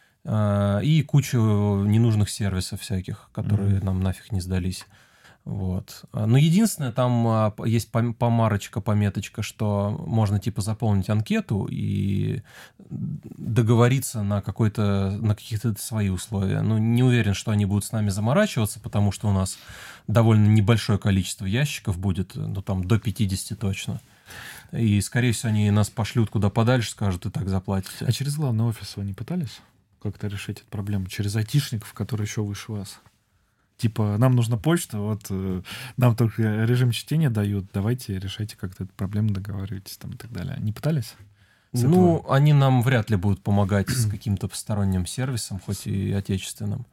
и кучу ненужных сервисов всяких, которые нам нафиг не сдались. Вот. Но единственное, там есть помарочка, пометочка, что можно типа заполнить анкету и договориться на какие-то свои условия. Ну, не уверен, что они будут с нами заморачиваться, потому что у нас довольно небольшое количество ящиков будет, ну, там, до 50 точно. И, скорее всего, они нас пошлют куда подальше, скажут, и так заплатите. А через главный офис вы не пытались как-то решить эту проблему? Через айтишников, которые еще выше вас? Типа, нам нужна почта, вот нам только режим чтения дают, давайте решайте как-то эту проблему, договаривайтесь там и так далее. Не пытались? Ну, они нам вряд ли будут помогать с каким-то посторонним сервисом, хоть и отечественным.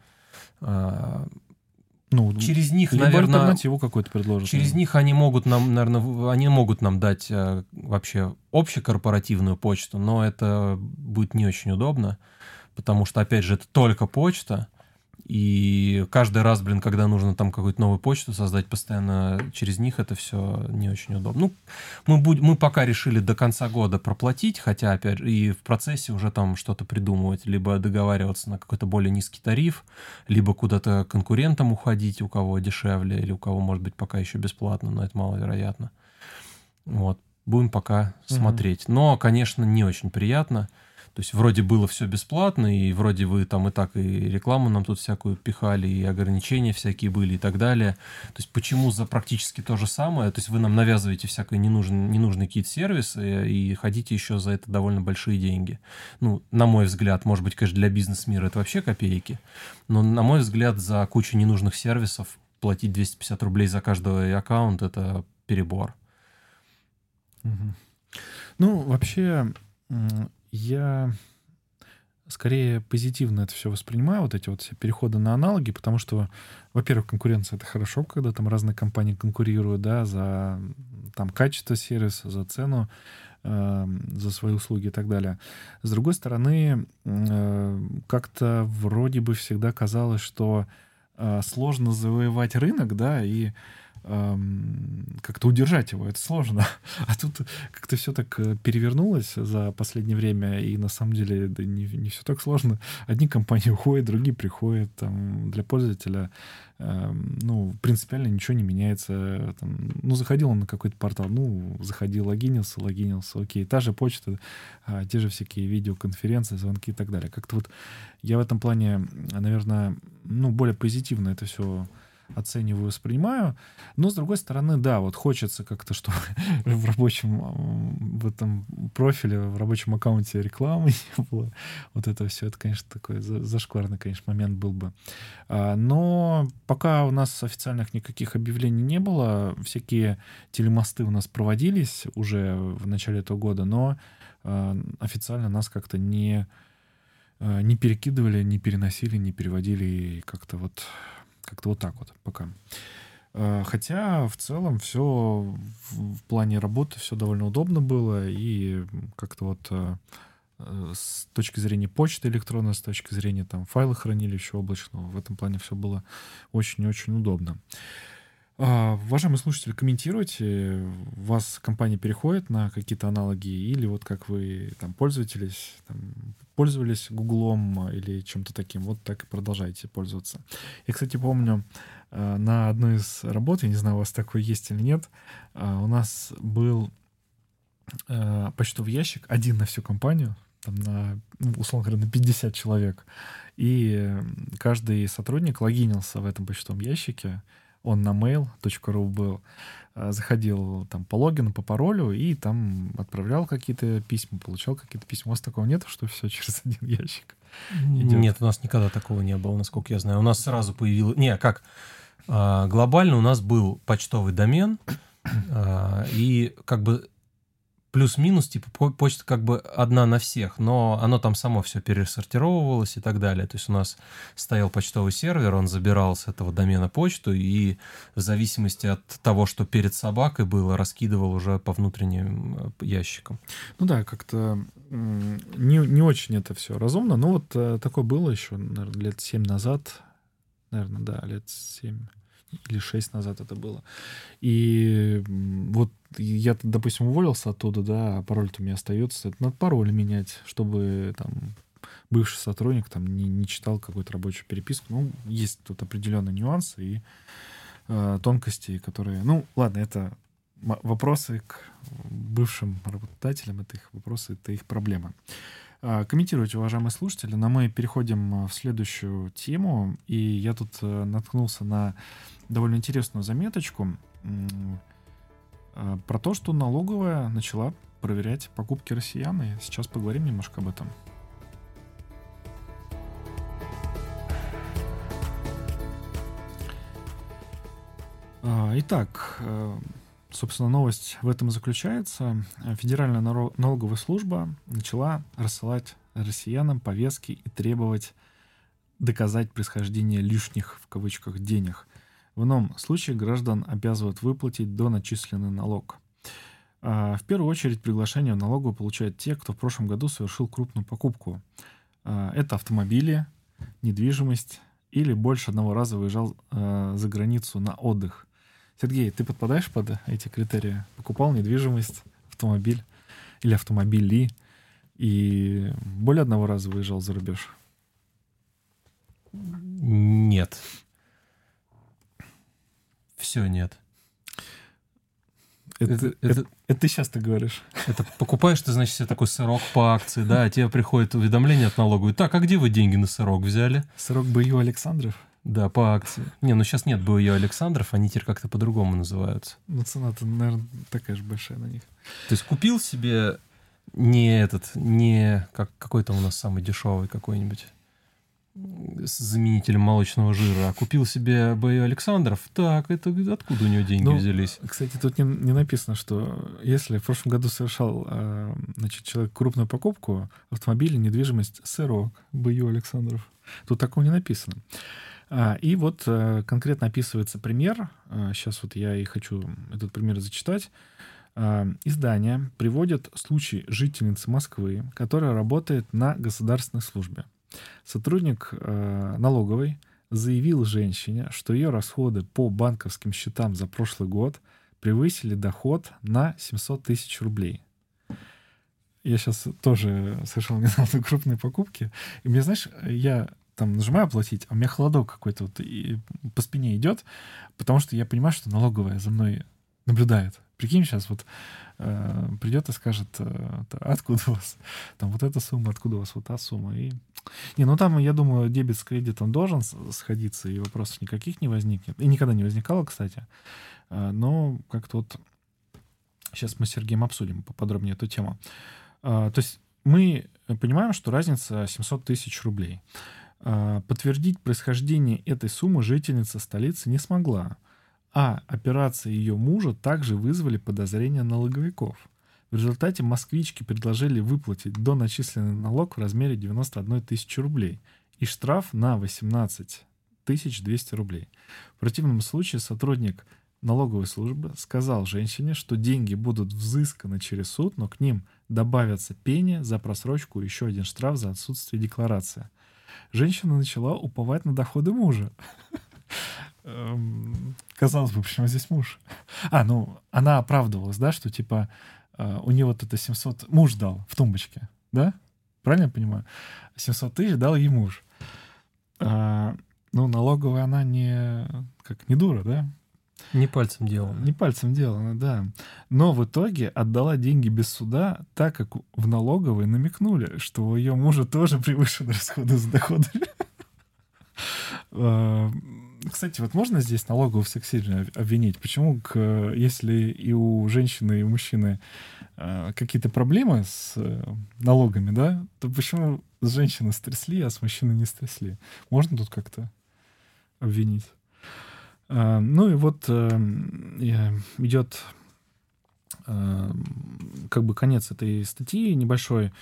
Ну, через них, либо наверное, альтернативу какую-то предложат. Через них они могут нам, наверное, они могут нам дать вообще общекорпоративную почту, но это будет не очень удобно, потому что, опять же, это только почта, и каждый раз, когда нужно там какую-то новую почту создать постоянно через них, это все не очень удобно. Ну, мы пока решили до конца года проплатить, хотя, опять же, и в процессе уже там что-то придумывать, либо договариваться на какой-то более низкий тариф, либо куда-то конкурентам уходить, у кого дешевле, или у кого, может быть, пока еще бесплатно, но это маловероятно. Вот. Будем пока смотреть. Но, конечно, не очень приятно. То есть вроде было все бесплатно, и вроде вы там и так и рекламу нам тут всякую пихали, и ограничения всякие были и так далее. То есть почему за практически то же самое? То есть вы нам навязываете всякие ненужные какие-то сервисы и хотите еще за это довольно большие деньги. Ну, на мой взгляд, может быть, конечно, для бизнес-мира это вообще копейки, но на мой взгляд, за кучу ненужных сервисов платить 250 рублей за каждый аккаунт — это перебор. Ну, вообще... Я скорее позитивно это все воспринимаю, вот эти вот все переходы на аналоги, потому что, во-первых, конкуренция — это хорошо, когда там разные компании конкурируют, да, за там качество сервиса, за цену, за свои услуги и так далее. С другой стороны, как-то вроде бы всегда казалось, что сложно завоевать рынок, да, и как-то удержать его, это сложно. А тут как-то все так перевернулось за последнее время, и на самом деле да, не все так сложно. Одни компании уходят, другие приходят. Там, для пользователя ну, принципиально ничего не меняется. Там, ну, заходил он на какой-то портал, ну, заходил, логинился, окей. Та же почта, те же всякие видеоконференции, звонки и так далее. Как-то вот я в этом плане, наверное, ну, более позитивно это все оцениваю, воспринимаю. Но, с другой стороны, да, вот хочется как-то, чтобы в рабочем, в этом профиле, в рабочем аккаунте рекламы не было. Вот это все, это, конечно, такой зашкварный, конечно, момент был бы. Но пока у нас официальных никаких объявлений не было, всякие телемосты у нас проводились уже в начале этого года, но официально нас как-то не перекидывали, не переносили, не переводили, и как-то вот так вот пока. Хотя в целом все в плане работы все довольно удобно было, и как-то вот с точки зрения почты электронной, с точки зрения там файла хранилища облачного, в этом плане все было очень-очень удобно. Уважаемые слушатели, комментируйте, у вас компания переходит на какие-то аналоги, или вот как вы там пользовались Гуглом или чем-то таким, вот так и продолжайте пользоваться. Я, кстати, помню, на одной из работ, я не знаю, у вас такой есть или нет, у нас был почтовый ящик один на всю компанию, там условно говоря, на 50 человек, и каждый сотрудник логинился в этом почтовом ящике. Он на mail.ru был, заходил там по логину, по паролю, и там отправлял какие-то письма, получал какие-то письма. У вас такого нет, что все через один ящик идет? Нет, у нас никогда такого не было, насколько я знаю. У нас сразу появилось... глобально у нас был почтовый домен, и как бы плюс-минус, типа, почта как бы одна на всех, но оно там само все пересортировывалось и так далее. То есть у нас стоял почтовый сервер, он забирал с этого домена почту, и в зависимости от того, что перед собакой было, раскидывал уже по внутренним ящикам. Ну да, как-то не очень это все разумно, но вот такое было еще, наверное, лет 7 назад. Наверное, да, лет 7 или 6 назад это было. И вот я, допустим, уволился оттуда, да, а пароль-то у меня остается. Это надо пароль менять, чтобы там бывший сотрудник там не читал какую-то рабочую переписку. Ну, есть тут определенные нюансы и тонкости, которые... Ну, ладно, это вопросы к бывшим работодателям, это их вопросы, это их проблемы. Комментируйте, уважаемые слушатели, но мы переходим в следующую тему, и я тут наткнулся на довольно интересную заметочку про то, что налоговая начала проверять покупки россиян, и сейчас поговорим немножко об этом. Итак, собственно, новость в этом заключается. Федеральная налоговая служба начала рассылать россиянам повестки и требовать доказать происхождение лишних, в кавычках, денег. В ином случае граждан обязывают выплатить доначисленный налог. В первую очередь приглашение в налоговую получают те, кто в прошлом году совершил крупную покупку. Это автомобили, недвижимость или больше одного раза выезжал за границу на отдых. Сергей, ты подпадаешь под эти критерии? Покупал недвижимость, автомобиль или автомобили и более одного раза выезжал за рубеж? Нет. Все нет. Это ты сейчас так говоришь. Это покупаешь ты, значит, себе такой сырок по акции, да, а тебе приходит уведомление от налоговой. Так, а где вы деньги на сырок взяли? Сырок Б.Ю. Александров? Да, по акции. Не, ну сейчас нет Б.Ю. Александров, они теперь как-то по-другому называются. Ну, цена-то, наверное, такая же большая на них. То есть купил себе какой-то у нас самый дешевый какой-нибудь с заменителем молочного жира, а купил себе Б.Ю. Александров, так, это откуда у него деньги взялись? Кстати, тут не написано, что если в прошлом году совершал человек крупную покупку, автомобиль, недвижимость, сырок, Б.Ю. Александров. Тут такого не написано. И вот конкретно описывается пример. Сейчас вот я и хочу этот пример зачитать. Издание приводит случай жительницы Москвы, которая работает на государственной службе. Сотрудник налоговой заявил женщине, что ее расходы по банковским счетам за прошлый год превысили доход на 700 тысяч рублей. Я сейчас тоже совершил недавно крупные покупки. И мне, знаешь, я там нажимаю оплатить, а у меня холодок какой-то вот и по спине идет, потому что я понимаю, что налоговая за мной наблюдает. Прикинь, сейчас вот придет и скажет, откуда у вас там вот эта сумма, откуда у вас вот та сумма. И... Не, ну там, я думаю, дебет с кредитом должен сходиться, и вопросов никаких не возникнет. И никогда не возникало, кстати. Но как-то вот сейчас мы с Сергеем обсудим поподробнее эту тему. То есть мы понимаем, что разница 700 тысяч рублей. Подтвердить происхождение этой суммы жительница столицы не смогла. А операции ее мужа также вызвали подозрения налоговиков. В результате москвички предложили выплатить доначисленный налог в размере 91 тысячи рублей и штраф на 18 200 рублей. В противном случае сотрудник налоговой службы сказал женщине, что деньги будут взысканы через суд, но к ним добавятся пени за просрочку и еще один штраф за отсутствие декларации. Женщина начала уповать на доходы мужа. Казалось бы, почему здесь муж? Ну, она оправдывалась, да, что типа у нее вот это 700... Муж дал в тумбочке, да? Правильно я понимаю? 700 тысяч дал ей муж. Ну, налоговая она не дура, да? Не пальцем делано. Не пальцем делано, да. Но в итоге отдала деньги без суда, так как в налоговой намекнули, что у ее мужа тоже превышены расходы за доходы. Кстати, вот можно здесь налоговую в сексизме обвинить? Почему, если и у женщины, и у мужчины какие-то проблемы с налогами, да, то почему с женщины стрясли, а с мужчины не стрясли? Можно тут как-то обвинить? Ну и вот идет как бы конец этой статьи небольшой.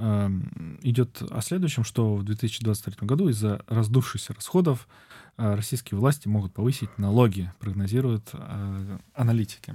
Идет о следующем, что в 2023 году из-за раздувшихся расходов российские власти могут повысить налоги, прогнозируют аналитики.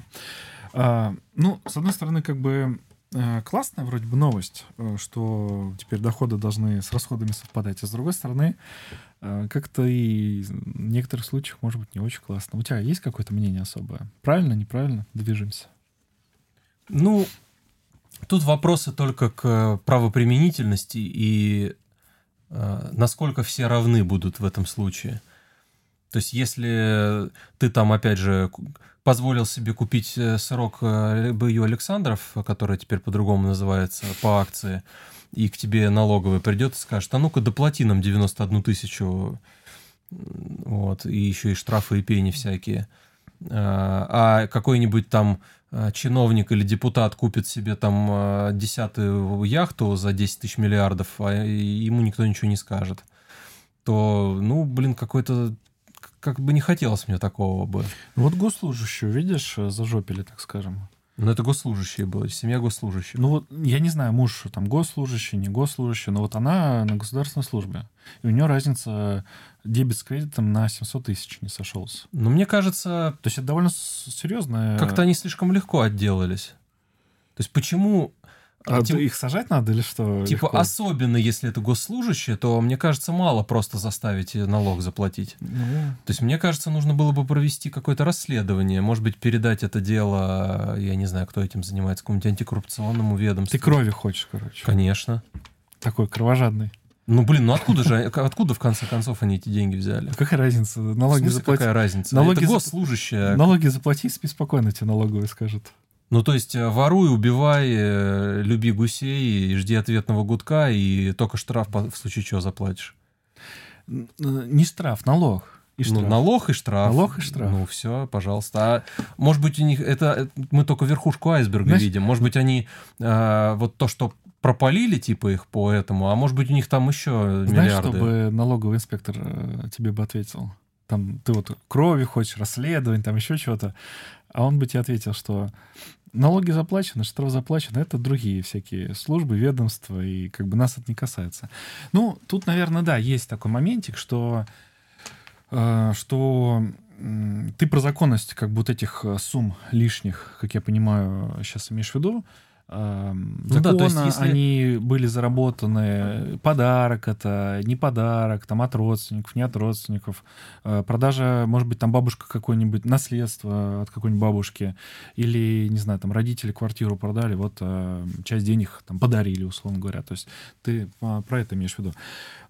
Ну, с одной стороны, как бы классная вроде бы новость, что теперь доходы должны с расходами совпадать, а с другой стороны, как-то и в некоторых случаях, может быть, не очень классно. У тебя есть какое-то мнение особое? Правильно, неправильно? Движемся. Ну, тут вопросы только к правоприменительности и насколько все равны будут в этом случае. То есть, если ты там, опять же, позволил себе купить сырок Б.Ю. Александров, который теперь по-другому называется, по акции, и к тебе налоговый придет и скажет: а ну-ка доплати нам 91 тысячу, вот, и еще и штрафы и пени всякие. А какой-нибудь там чиновник или депутат купит себе там 10-ю яхту за 10 тысяч миллиардов, а ему никто ничего не скажет, то, ну, блин, какой-то... Как бы не хотелось мне такого бы. Вот госслужащую, видишь, зажопили, так скажем. Ну, это госслужащие были, семья госслужащих. Ну, вот я не знаю, муж там госслужащий, не госслужащий, но вот она на государственной службе. И у нее разница дебет с кредитом на 700 тысяч не сошелся. Но мне кажется... То есть это довольно серьезно. Как-то они слишком легко отделались. То есть почему... их сажать надо или что? Типа, легко? особенно если это госслужащие, то, мне кажется, мало просто заставить налог заплатить. Ну... То есть, мне кажется, нужно было бы провести какое-то расследование, может быть, передать это дело, я не знаю, кто этим занимается, какому-нибудь антикоррупционному ведомству. Ты крови хочешь, короче. Конечно. Такой кровожадный. Ну, блин, ну откуда в конце концов они эти деньги взяли? Какая разница? Налоги заплати. Какая разница? Налоги это госслужащие. Налоги заплати, спи спокойно, тебе налоговые скажут. Ну, то есть, воруй, убивай, люби гусей, жди ответного гудка, и только штраф в случае чего заплатишь. Не штраф, налог. И штраф. Ну, налог и штраф. Налог и штраф. Ну, все, пожалуйста. А может быть, у них это мы только верхушку айсберга видим. Может быть, они вот то, что пропалили, типа, их по этому, а может быть, у них там еще миллиарды. Знаешь, чтобы налоговый инспектор тебе бы ответил? Там ты вот крови хочешь, расследование, там еще чего-то. А он бы тебе ответил, что налоги заплачены, штраф заплачен, это другие всякие службы, ведомства, и как бы нас это не касается. Ну, тут, наверное, да, есть такой моментик, что ты про законность как бы вот этих сумм лишних, как я понимаю, сейчас имеешь в виду, законно, да, то есть, если... они были заработаны, подарок это, не подарок, там от родственников, не от родственников, продажа, может быть, там бабушка какое-нибудь, наследство от какой-нибудь бабушки, или, не знаю, там родители квартиру продали, вот часть денег там подарили, условно говоря. То есть ты про это имеешь в виду.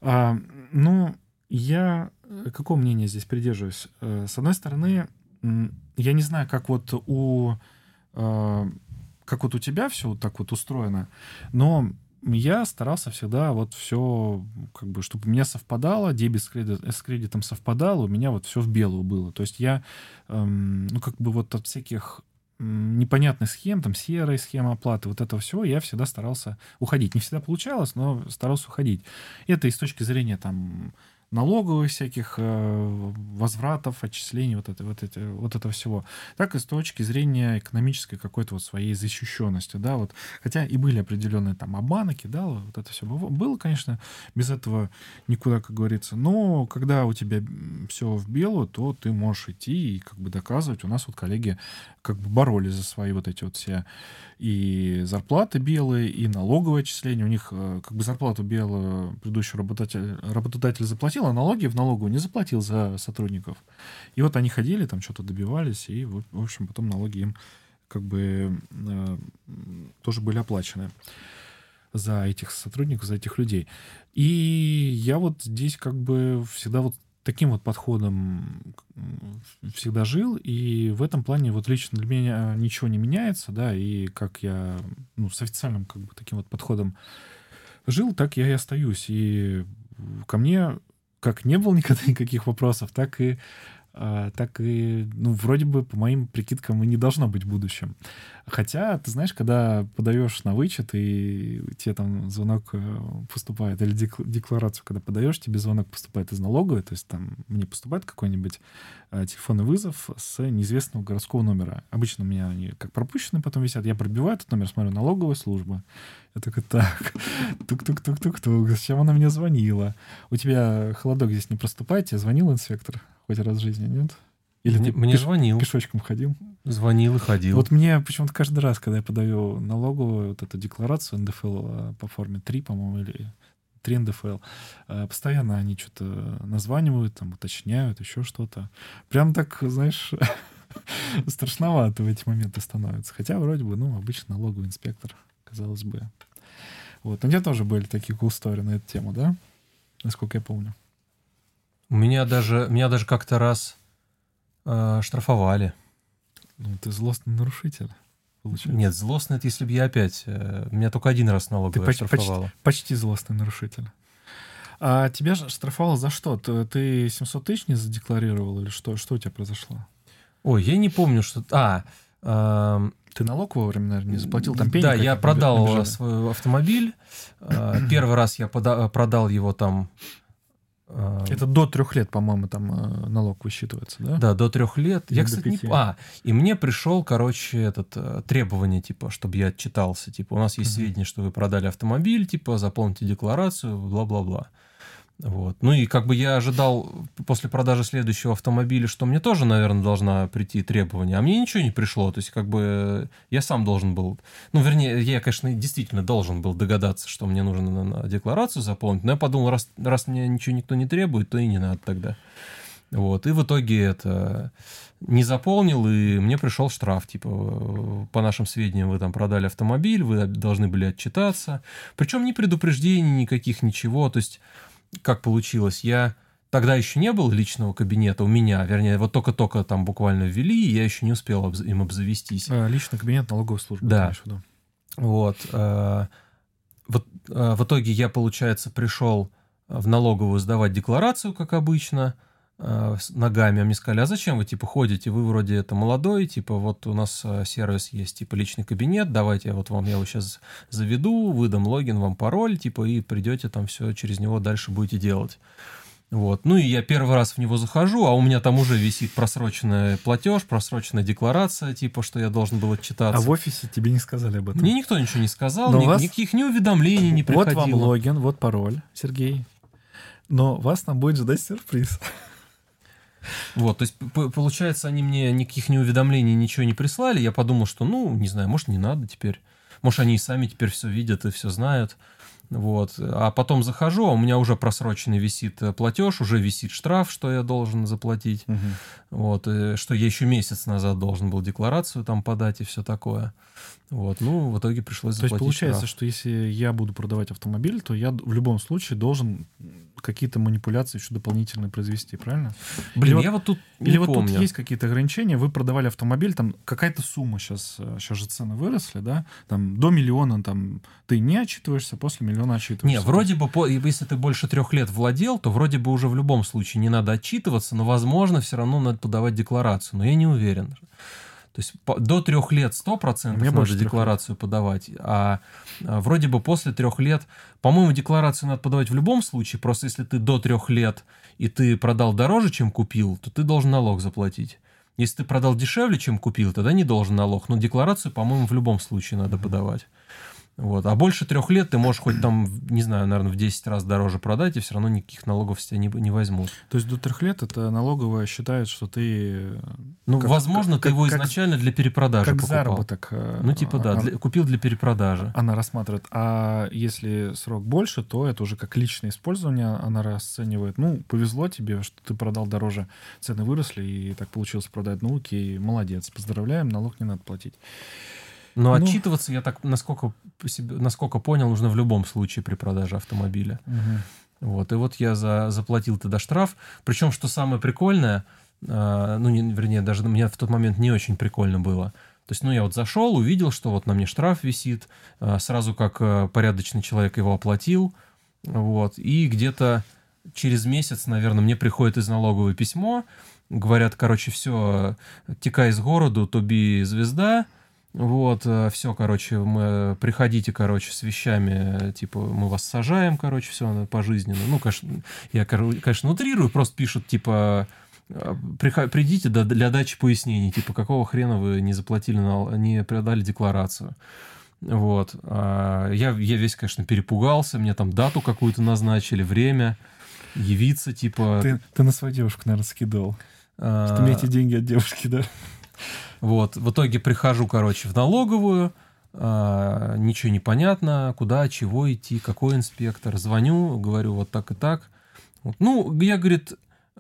Ну, я какого мнения здесь придерживаюсь? С одной стороны, я не знаю, как вот у как вот у тебя все вот так вот устроено, но я старался всегда вот все, как бы, чтобы у меня совпадало, дебет с кредитом совпадало, у меня вот все в белую было. То есть я, ну, как бы вот от всяких непонятных схем, там, серой схемы оплаты, вот этого всего я всегда старался уходить. Не всегда получалось, но старался уходить. Это и с точки зрения, там, налоговых всяких возвратов, отчислений, вот этого всего, так и с точки зрения экономической какой-то вот своей защищенности, да, вот, хотя и были определенные там обманы, кидалы, вот это все было, конечно, без этого никуда, как говорится, но когда у тебя все в белую, то ты можешь идти и как бы доказывать. У нас вот коллеги как бы боролись за свои вот эти вот все и зарплаты белые, и налоговые отчисления. У них как бы зарплату белую предыдущий работодатель заплатил, а налоги в налоговую не заплатил за сотрудников. И вот они ходили, там что-то добивались, и, в общем, потом налоги им как бы тоже были оплачены за этих сотрудников, за этих людей. И я вот здесь как бы всегда вот таким вот подходом всегда жил, и в этом плане вот лично для меня ничего не меняется, да, и как я, ну, с официальным как бы таким вот подходом жил, так я и остаюсь. И ко мне как не было никогда никаких вопросов, так и, ну, вроде бы, по моим прикидкам, и не должно быть в будущем. Хотя, ты знаешь, когда подаешь на вычет, и тебе там звонок поступает, или декларацию, когда подаешь, тебе звонок поступает из налоговой, то есть там мне поступает какой-нибудь телефонный вызов с неизвестного городского номера. Обычно у меня они как пропущены потом висят. Я пробиваю этот номер, смотрю, налоговая служба. Я такой, так, тук-тук-тук-тук-тук, зачем она мне звонила? У тебя холодок здесь не проступает? Тебе звонил инспектор хоть раз в жизни, нет? Или ты мне звонил. Пешочком ходил? Звонил и ходил. Вот мне почему-то каждый раз, когда я подаю налоговую вот эту декларацию НДФЛ по форме 3, по-моему, или 3 НДФЛ, постоянно они что-то названивают, там, уточняют, еще что-то. Прям так, знаешь, страшновато в эти моменты становится. Хотя вроде бы, ну, обычный налоговый инспектор, казалось бы. Вот. У тебя тоже были такие cool story на эту тему, да? Насколько я помню. Меня даже как-то раз штрафовали. Ну, ты злостный нарушитель, получается. Нет, злостный — это если бы я опять... Меня только один раз налоговая штрафовала. Почти злостный нарушитель. А тебя штрафовало за что? Ты 700 тысяч не задекларировал или что? Что у тебя произошло? Ой, я не помню, что... Ты налог вовремя, наверное, не заплатил? Там пени, да, я продал свой автомобиль. Первый раз я продал его там... Это до 3 лет, по-моему, там налог высчитывается, да? Да, до 3 лет. Или Я, до кстати, 5. и мне пришел, короче, требование, типа, чтобы я отчитался. Типа, у нас есть сведения, что вы продали автомобиль, типа, заполните декларацию, бла-бла-бла. Вот. Ну и как бы я ожидал после продажи следующего автомобиля, что мне тоже, наверное, должна прийти требование, а мне ничего не пришло. То есть как бы я сам должен был, ну вернее, я, конечно, действительно должен был догадаться, что мне нужно на декларацию заполнить, но я подумал, раз мне ничего никто не требует, то и не надо тогда. Вот. И в итоге это не заполнил, и мне пришел штраф, типа, по нашим сведениям, вы там продали автомобиль, вы должны были отчитаться. Причем ни предупреждений никаких, ничего, то есть как получилось, я тогда еще не было личного кабинета у меня, вернее, вот только-только там буквально ввели, и я еще не успел им обзавестись. Личный кабинет налоговой службы. Да. Вот. В итоге я, получается, пришел в налоговую сдавать декларацию, как обычно, с ногами, а мне сказали, а зачем вы, типа, ходите, вы вроде это молодой, типа, вот у нас сервис есть, типа, личный кабинет, давайте я его сейчас заведу, выдам логин, вам пароль, типа, и придете там все через него дальше будете делать. Вот. Ну и я первый раз в него захожу, а у меня там уже висит просроченный платеж, просроченная декларация, типа, что я должен был отчитаться. А в офисе тебе не сказали об этом? Мне никто ничего не сказал, никаких ни уведомлений не приходило. Вот вам логин, вот пароль, Сергей. Но вас там будет ждать сюрприз. Вот, то есть, получается, они мне никаких ни уведомлений, ничего не прислали. Я подумал, что, ну, не знаю, может, не надо теперь. Может, они и сами теперь все видят и все знают. Вот. А потом захожу, а у меня уже просроченный висит платеж, уже висит штраф, что я должен заплатить. Вот. Что я еще месяц назад должен был декларацию там подать и все такое. Вот. Ну, в итоге пришлось заплатить. То есть получается, штраф. что если я буду продавать автомобиль, то я в любом случае должен какие-то манипуляции еще дополнительные произвести, правильно? Блин, Или я вот тут Или не вот помню. тут есть какие-то ограничения, вы продавали автомобиль, там какая-то сумма сейчас же цены выросли, да, там до миллиона, там ты не отчитываешься, после миллиона отчитываешься. Не, вроде бы, если ты больше 3 лет владел, то вроде бы уже в любом случае не надо отчитываться, но, возможно, все равно надо подавать декларацию, но я не уверен. То есть до 3 лет 100% надо декларацию подавать, а вроде бы после 3 лет, по-моему, декларацию надо подавать в любом случае, просто если ты до 3 лет и ты продал дороже, чем купил, то ты должен налог заплатить. Если ты продал дешевле, чем купил, тогда не должен налог, но декларацию, по-моему, в любом случае надо подавать. Вот. А больше 3 лет ты можешь хоть там, не знаю, наверное, в 10 раз дороже продать, и все равно никаких налогов с тебя не возьмут. То есть до 3 лет это налоговая считает, что ты... Ну, возможно, ты его изначально для перепродажи как покупал. Заработок. Ну, типа, да, купил для перепродажи. Она рассматривает. А если срок больше, то это уже как личное использование она расценивает. Ну, повезло тебе, что ты продал дороже, цены выросли, и так получилось продать. Ну, окей, молодец, поздравляем, налог не надо платить. Но отчитываться, я так, насколько понял, нужно в любом случае при продаже автомобиля. Вот. И вот я заплатил тогда штраф. Причем, что самое прикольное, вернее, даже мне в тот момент не очень прикольно было. То есть, я вот зашел, увидел, что вот на мне штраф висит, сразу как порядочный человек его оплатил. Вот. И где-то через месяц, наверное, мне приходит из налоговой письмо. Говорят, короче, все, текай из города, тоби звезда. Вот, все, короче, приходите, короче, с вещами, типа, мы вас сажаем, короче, все пожизненно. Ну, конечно, я, конечно, утрирую, просто пишут, типа, придите для дачи пояснений, типа, какого хрена вы не заплатили, не продали декларацию. Вот. Я весь, конечно, перепугался, мне там дату какую-то назначили, время, явиться, типа... Ты на свою девушку, наверное, скидывал. Что мне эти деньги от девушки, да? Вот, в итоге прихожу, короче, в налоговую, ничего не понятно, куда, чего идти, какой инспектор. Звоню, говорю, вот так и так. Вот. Ну, я, говорит,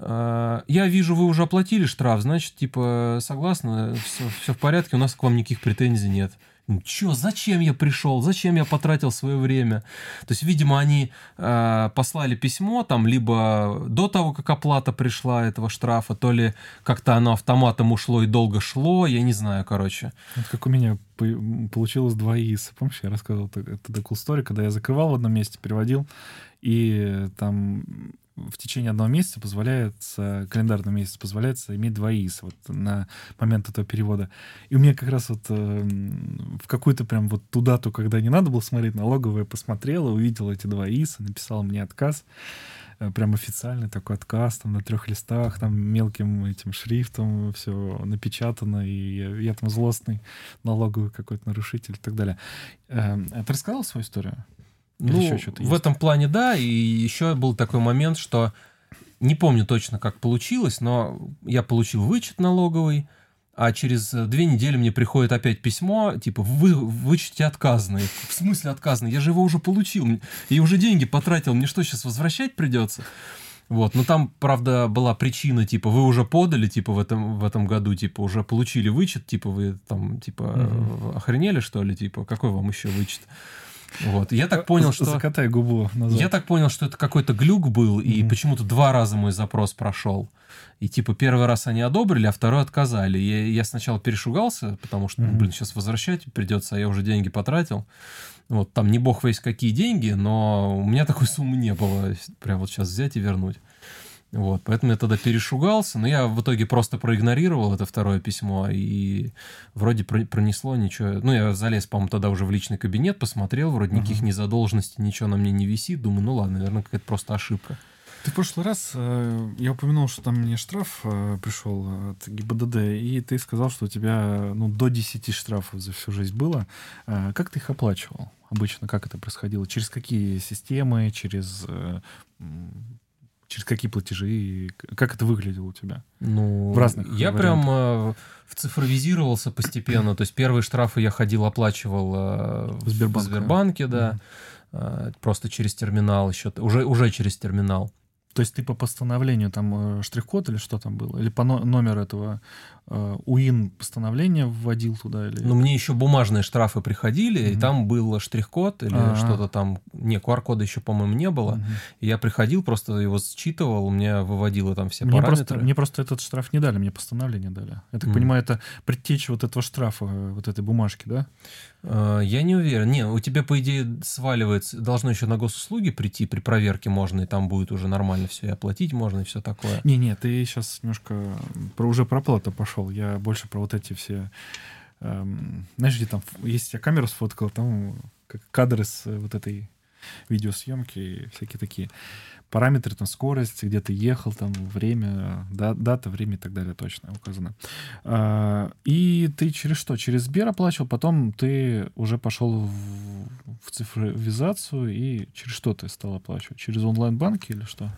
я вижу, вы уже оплатили штраф, значит, типа, согласны, все в порядке, у нас к вам никаких претензий нет. Ну, чё, зачем я пришел, зачем я потратил свое время? То есть, видимо, они послали письмо, там, либо до того, как оплата пришла этого штрафа, то ли как-то оно автоматом ушло и долго шло, я не знаю, короче. Вот как у меня получилось 2 ИИСа. Помнишь, я рассказывал это cool story, когда я закрывал в одном месте, переводил, и там... в течение 1 месяца календарного месяца позволяется иметь 2 ИИСа вот на момент этого перевода. И у меня как раз вот в какую-то прям вот ту дату, когда не надо было смотреть, налоговая посмотрела, увидела эти 2 ИИСа, написала мне отказ, прям официальный такой отказ, там на 3 листах, там мелким этим шрифтом все напечатано, и я там злостный налоговый какой-то нарушитель и так далее. Ты рассказал свою историю? Ну, в этом плане, да, и еще был такой момент, что не помню точно, как получилось, но я получил вычет налоговый, а через 2 недели мне приходит опять письмо, типа, вы в вычете отказаны. В смысле отказаны? Я же его уже получил, и уже деньги потратил, мне что, сейчас возвращать придется? Вот, но там, правда, была причина, типа, вы уже подали, типа, в этом году, типа, уже получили вычет, типа, вы там, типа, охренели, что ли, типа, какой вам еще вычет? Вот. Я так понял, что... Закатай губу назад. Я так понял, что это какой-то глюк был, и почему-то 2 раза мой запрос прошел. И типа 1 раз они одобрили, а 2 отказали. И я сначала перешугался, потому что, сейчас возвращать придется, а я уже деньги потратил. Вот, там не бог весть какие деньги, но у меня такой суммы не было. Прям вот сейчас взять и вернуть. Вот, поэтому я тогда перешугался, но я в итоге просто проигнорировал это 2 письмо, и вроде пронесло ничего. Ну, я залез, по-моему, тогда уже в личный кабинет, посмотрел, вроде никаких незадолженностей, ничего на мне не висит. Думаю, ну ладно, наверное, какая-то просто ошибка. Ты в прошлый раз, я упомянул, что там мне штраф пришел от ГИБДД, и ты сказал, что у тебя до 10 штрафов за всю жизнь было. Как ты их оплачивал? Обычно как это происходило? Через какие системы? Через какие платежи? Как это выглядело у тебя? Ну, в разных я вариантах. прям вцифровизировался постепенно. То есть первые штрафы я ходил, оплачивал в Сбербанке, да. просто через терминал еще, уже через терминал. То есть ты по постановлению там штрих-код или что там было? Или по номеру этого УИН постановления вводил туда? Или... Ну, мне еще бумажные штрафы приходили, и там был штрих-код или что-то там. Не, QR-кода еще, по-моему, не было. И я приходил, просто его считывал, у меня выводило там все параметры. Мне просто этот штраф не дали, мне постановление дали. Я так понимаю, это предтеча вот этого штрафа, вот этой бумажки, да? Я не уверен. Не, у тебя, по идее, сваливается, должно еще на госуслуги прийти, при проверке можно, и там будет уже нормально все, и оплатить можно, и все такое. Не, ты сейчас немножко уже про оплату пошел. Я больше про вот эти все... знаешь, где там, если я камеру сфоткал, там кадры с вот этой видеосъемки и всякие такие параметры, там, скорость, где ты ехал, там, время, дата, время и так далее точно указано. И ты через что? Через Сбер оплачивал, потом ты уже пошел в цифровизацию, и через что ты стал оплачивать? Через онлайн-банки или что?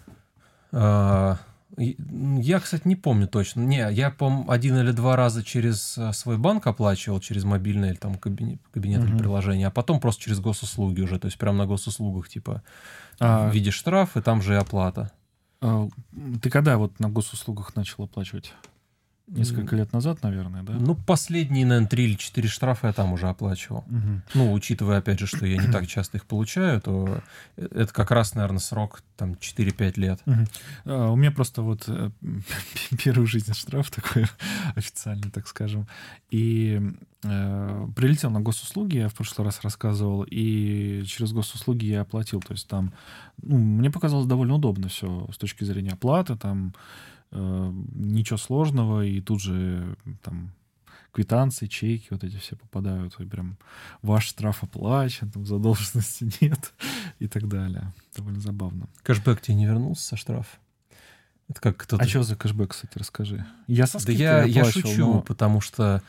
Я, кстати, не помню точно. Не, я, по-моему, 1 или 2 раза через свой банк оплачивал, через мобильный или там кабинет или приложение, а потом просто через госуслуги уже, то есть прям на госуслугах, типа, видишь штраф, и там же и оплата. Ты когда вот на госуслугах начал оплачивать? Несколько лет назад, наверное, да? Ну, последние, наверное, 3 или 4 штрафа я там уже оплачивал. Ну, учитывая, опять же, что я не так часто их получаю, то это как раз, наверное, срок там 4-5 лет. У меня просто вот первый в жизни штраф такой официальный, так скажем. И прилетел на госуслуги, я в прошлый раз рассказывал, и через госуслуги я оплатил. То есть там, мне показалось довольно удобно все с точки зрения оплаты, там ничего сложного, и тут же там квитанции, чеки, вот эти все попадают, и прям ваш штраф оплачен, там задолженности нет и так далее. Довольно забавно. Кэшбэк тебе не вернулся со штрафа? Это как кто-то... А что за кэшбэк, кстати, расскажи. Я со скидкой я оплачивал, шучу, потому что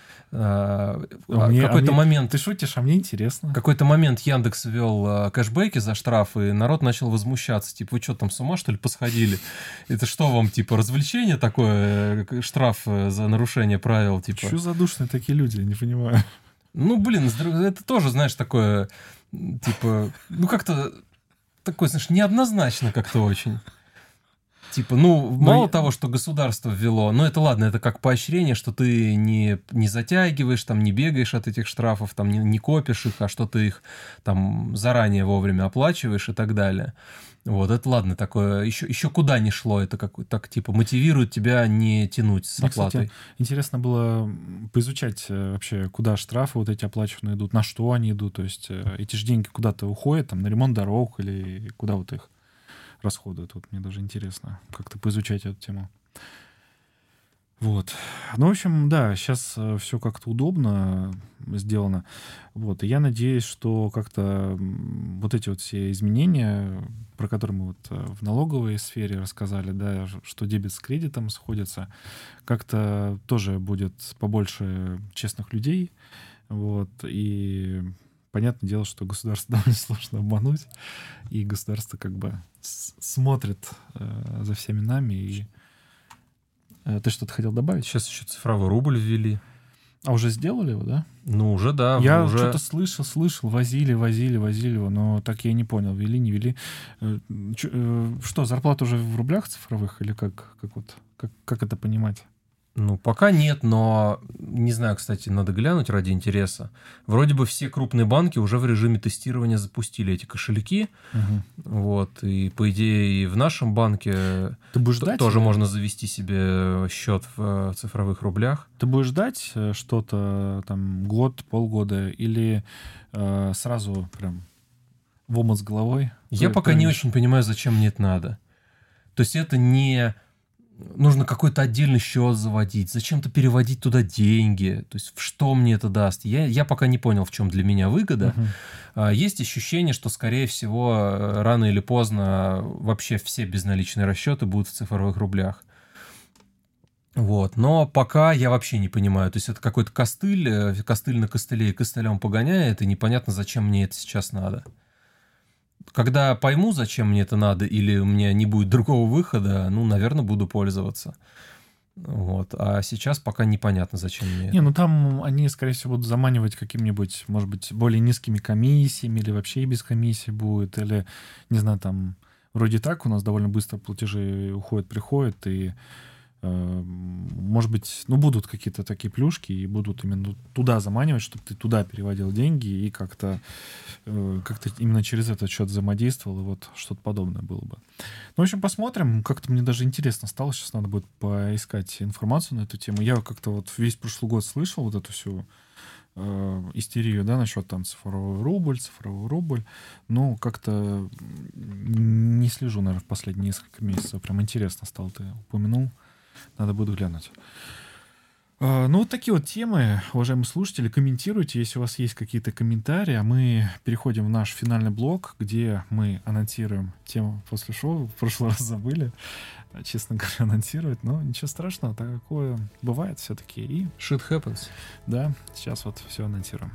какой-то момент... Ты шутишь, а мне интересно. В какой-то момент Яндекс ввел кэшбэки за штрафы, и народ начал возмущаться. Типа, вы что, там с ума, что ли, посходили? Это что вам, типа, развлечение такое? Штраф за нарушение правил, типа? Что за душные такие люди, я не понимаю. Ну, блин, это тоже, знаешь, такое, типа, как-то такое, знаешь, неоднозначно как-то очень. Типа, мало того, что государство ввело, это ладно, это как поощрение, что ты не затягиваешь, там, не бегаешь от этих штрафов, там, не копишь их, а что ты их там заранее вовремя оплачиваешь и так далее. Вот, это ладно, такое, еще куда ни шло, это как так, типа, мотивирует тебя не тянуть с оплатой. Кстати, интересно было поизучать вообще, куда штрафы вот эти оплачиваемые идут, на что они идут, то есть эти же деньги куда-то уходят, там, на ремонт дорог или куда вот их расходуют. Вот мне даже интересно как-то поизучать эту тему. Вот. Ну, в общем, да, сейчас все как-то удобно сделано. Вот. И я надеюсь, что как-то вот эти вот все изменения, про которые мы вот в налоговой сфере рассказали, да, что дебет с кредитом сходится, как-то тоже будет побольше честных людей. Вот. И понятное дело, что государство довольно сложно обмануть, и государство как бы смотрит за всеми нами. И... Ты что-то хотел добавить? Сейчас еще цифровой рубль ввели. А уже сделали его, да? Ну, уже, да. Я уже... что-то слышал, возили его, но так я не понял, ввели, не ввели. Что, зарплата уже в рублях цифровых или как это понимать? Ну, пока нет, но не знаю, кстати, надо глянуть ради интереса. Вроде бы все крупные банки уже в режиме тестирования запустили эти кошельки. Вот, и по идее и в нашем банке тоже можно завести себе счет в цифровых рублях. Ты будешь ждать что-то там год, полгода или сразу прям в омут с головой? Я пока не очень понимаю, зачем мне это надо. То есть это не... Нужно какой-то отдельный счет заводить, зачем-то переводить туда деньги. То есть, что мне это даст? Я пока не понял, в чем для меня выгода. Есть ощущение, что, скорее всего, рано или поздно вообще все безналичные расчеты будут в цифровых рублях. Вот. Но пока я вообще не понимаю. То есть, это какой-то костыль на костыле и костылем погоняет, и непонятно, зачем мне это сейчас надо. Когда пойму, зачем мне это надо, или у меня не будет другого выхода, наверное, буду пользоваться. Вот. А сейчас пока непонятно, зачем мне Не, это. ну там они, скорее всего, будут заманивать какими-нибудь, может быть, более низкими комиссиями, или вообще и без комиссии будет, или, не знаю, там, вроде так у нас довольно быстро платежи уходят, приходят, и, может быть, ну, будут какие-то такие плюшки, и будут именно туда заманивать, чтобы ты туда переводил деньги, и как-то именно через этот счет взаимодействовал, и вот что-то подобное было бы. Ну, в общем, посмотрим. Как-то мне даже интересно стало. Сейчас надо будет поискать информацию на эту тему. Я как-то вот весь прошлый год слышал вот эту всю истерию, да, насчет там цифровой рубль. Ну, как-то не слежу, наверное, в последние несколько месяцев. Прям интересно стало, ты упомянул. Надо будет глянуть. Ну, вот такие вот темы, уважаемые слушатели. Комментируйте, если у вас есть какие-то комментарии. А мы переходим в наш финальный блок, где мы анонсируем тему после шоу. В прошлый раз забыли, честно говоря, анонсировать. Но ничего страшного, такое бывает все-таки. И Shit happens. да, сейчас вот все анонсируем.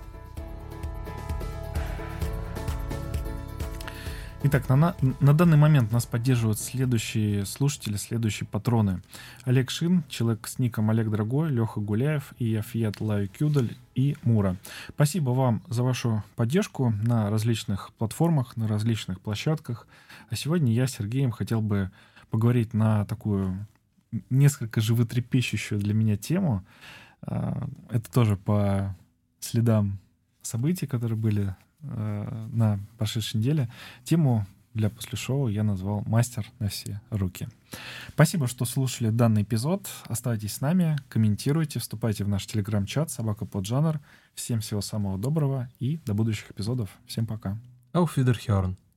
Итак, на данный момент нас поддерживают следующие слушатели, следующие патроны. Олег Шин, человек с ником Олег Дорогой, Леха Гуляев, и Афият Лави Кюдаль и Мура. Спасибо вам за вашу поддержку на различных платформах, на различных площадках. А сегодня я с Сергеем хотел бы поговорить на такую несколько животрепещущую для меня тему. Это тоже по следам событий, которые были на прошедшей неделе. Тему для после шоу я назвал «Мастер на все руки». Спасибо, что слушали данный эпизод. Оставайтесь с нами, комментируйте, вступайте в наш телеграм-чат «Собака под жанр». Всем всего самого доброго и до будущих эпизодов. Всем пока. Auf Wiederhören.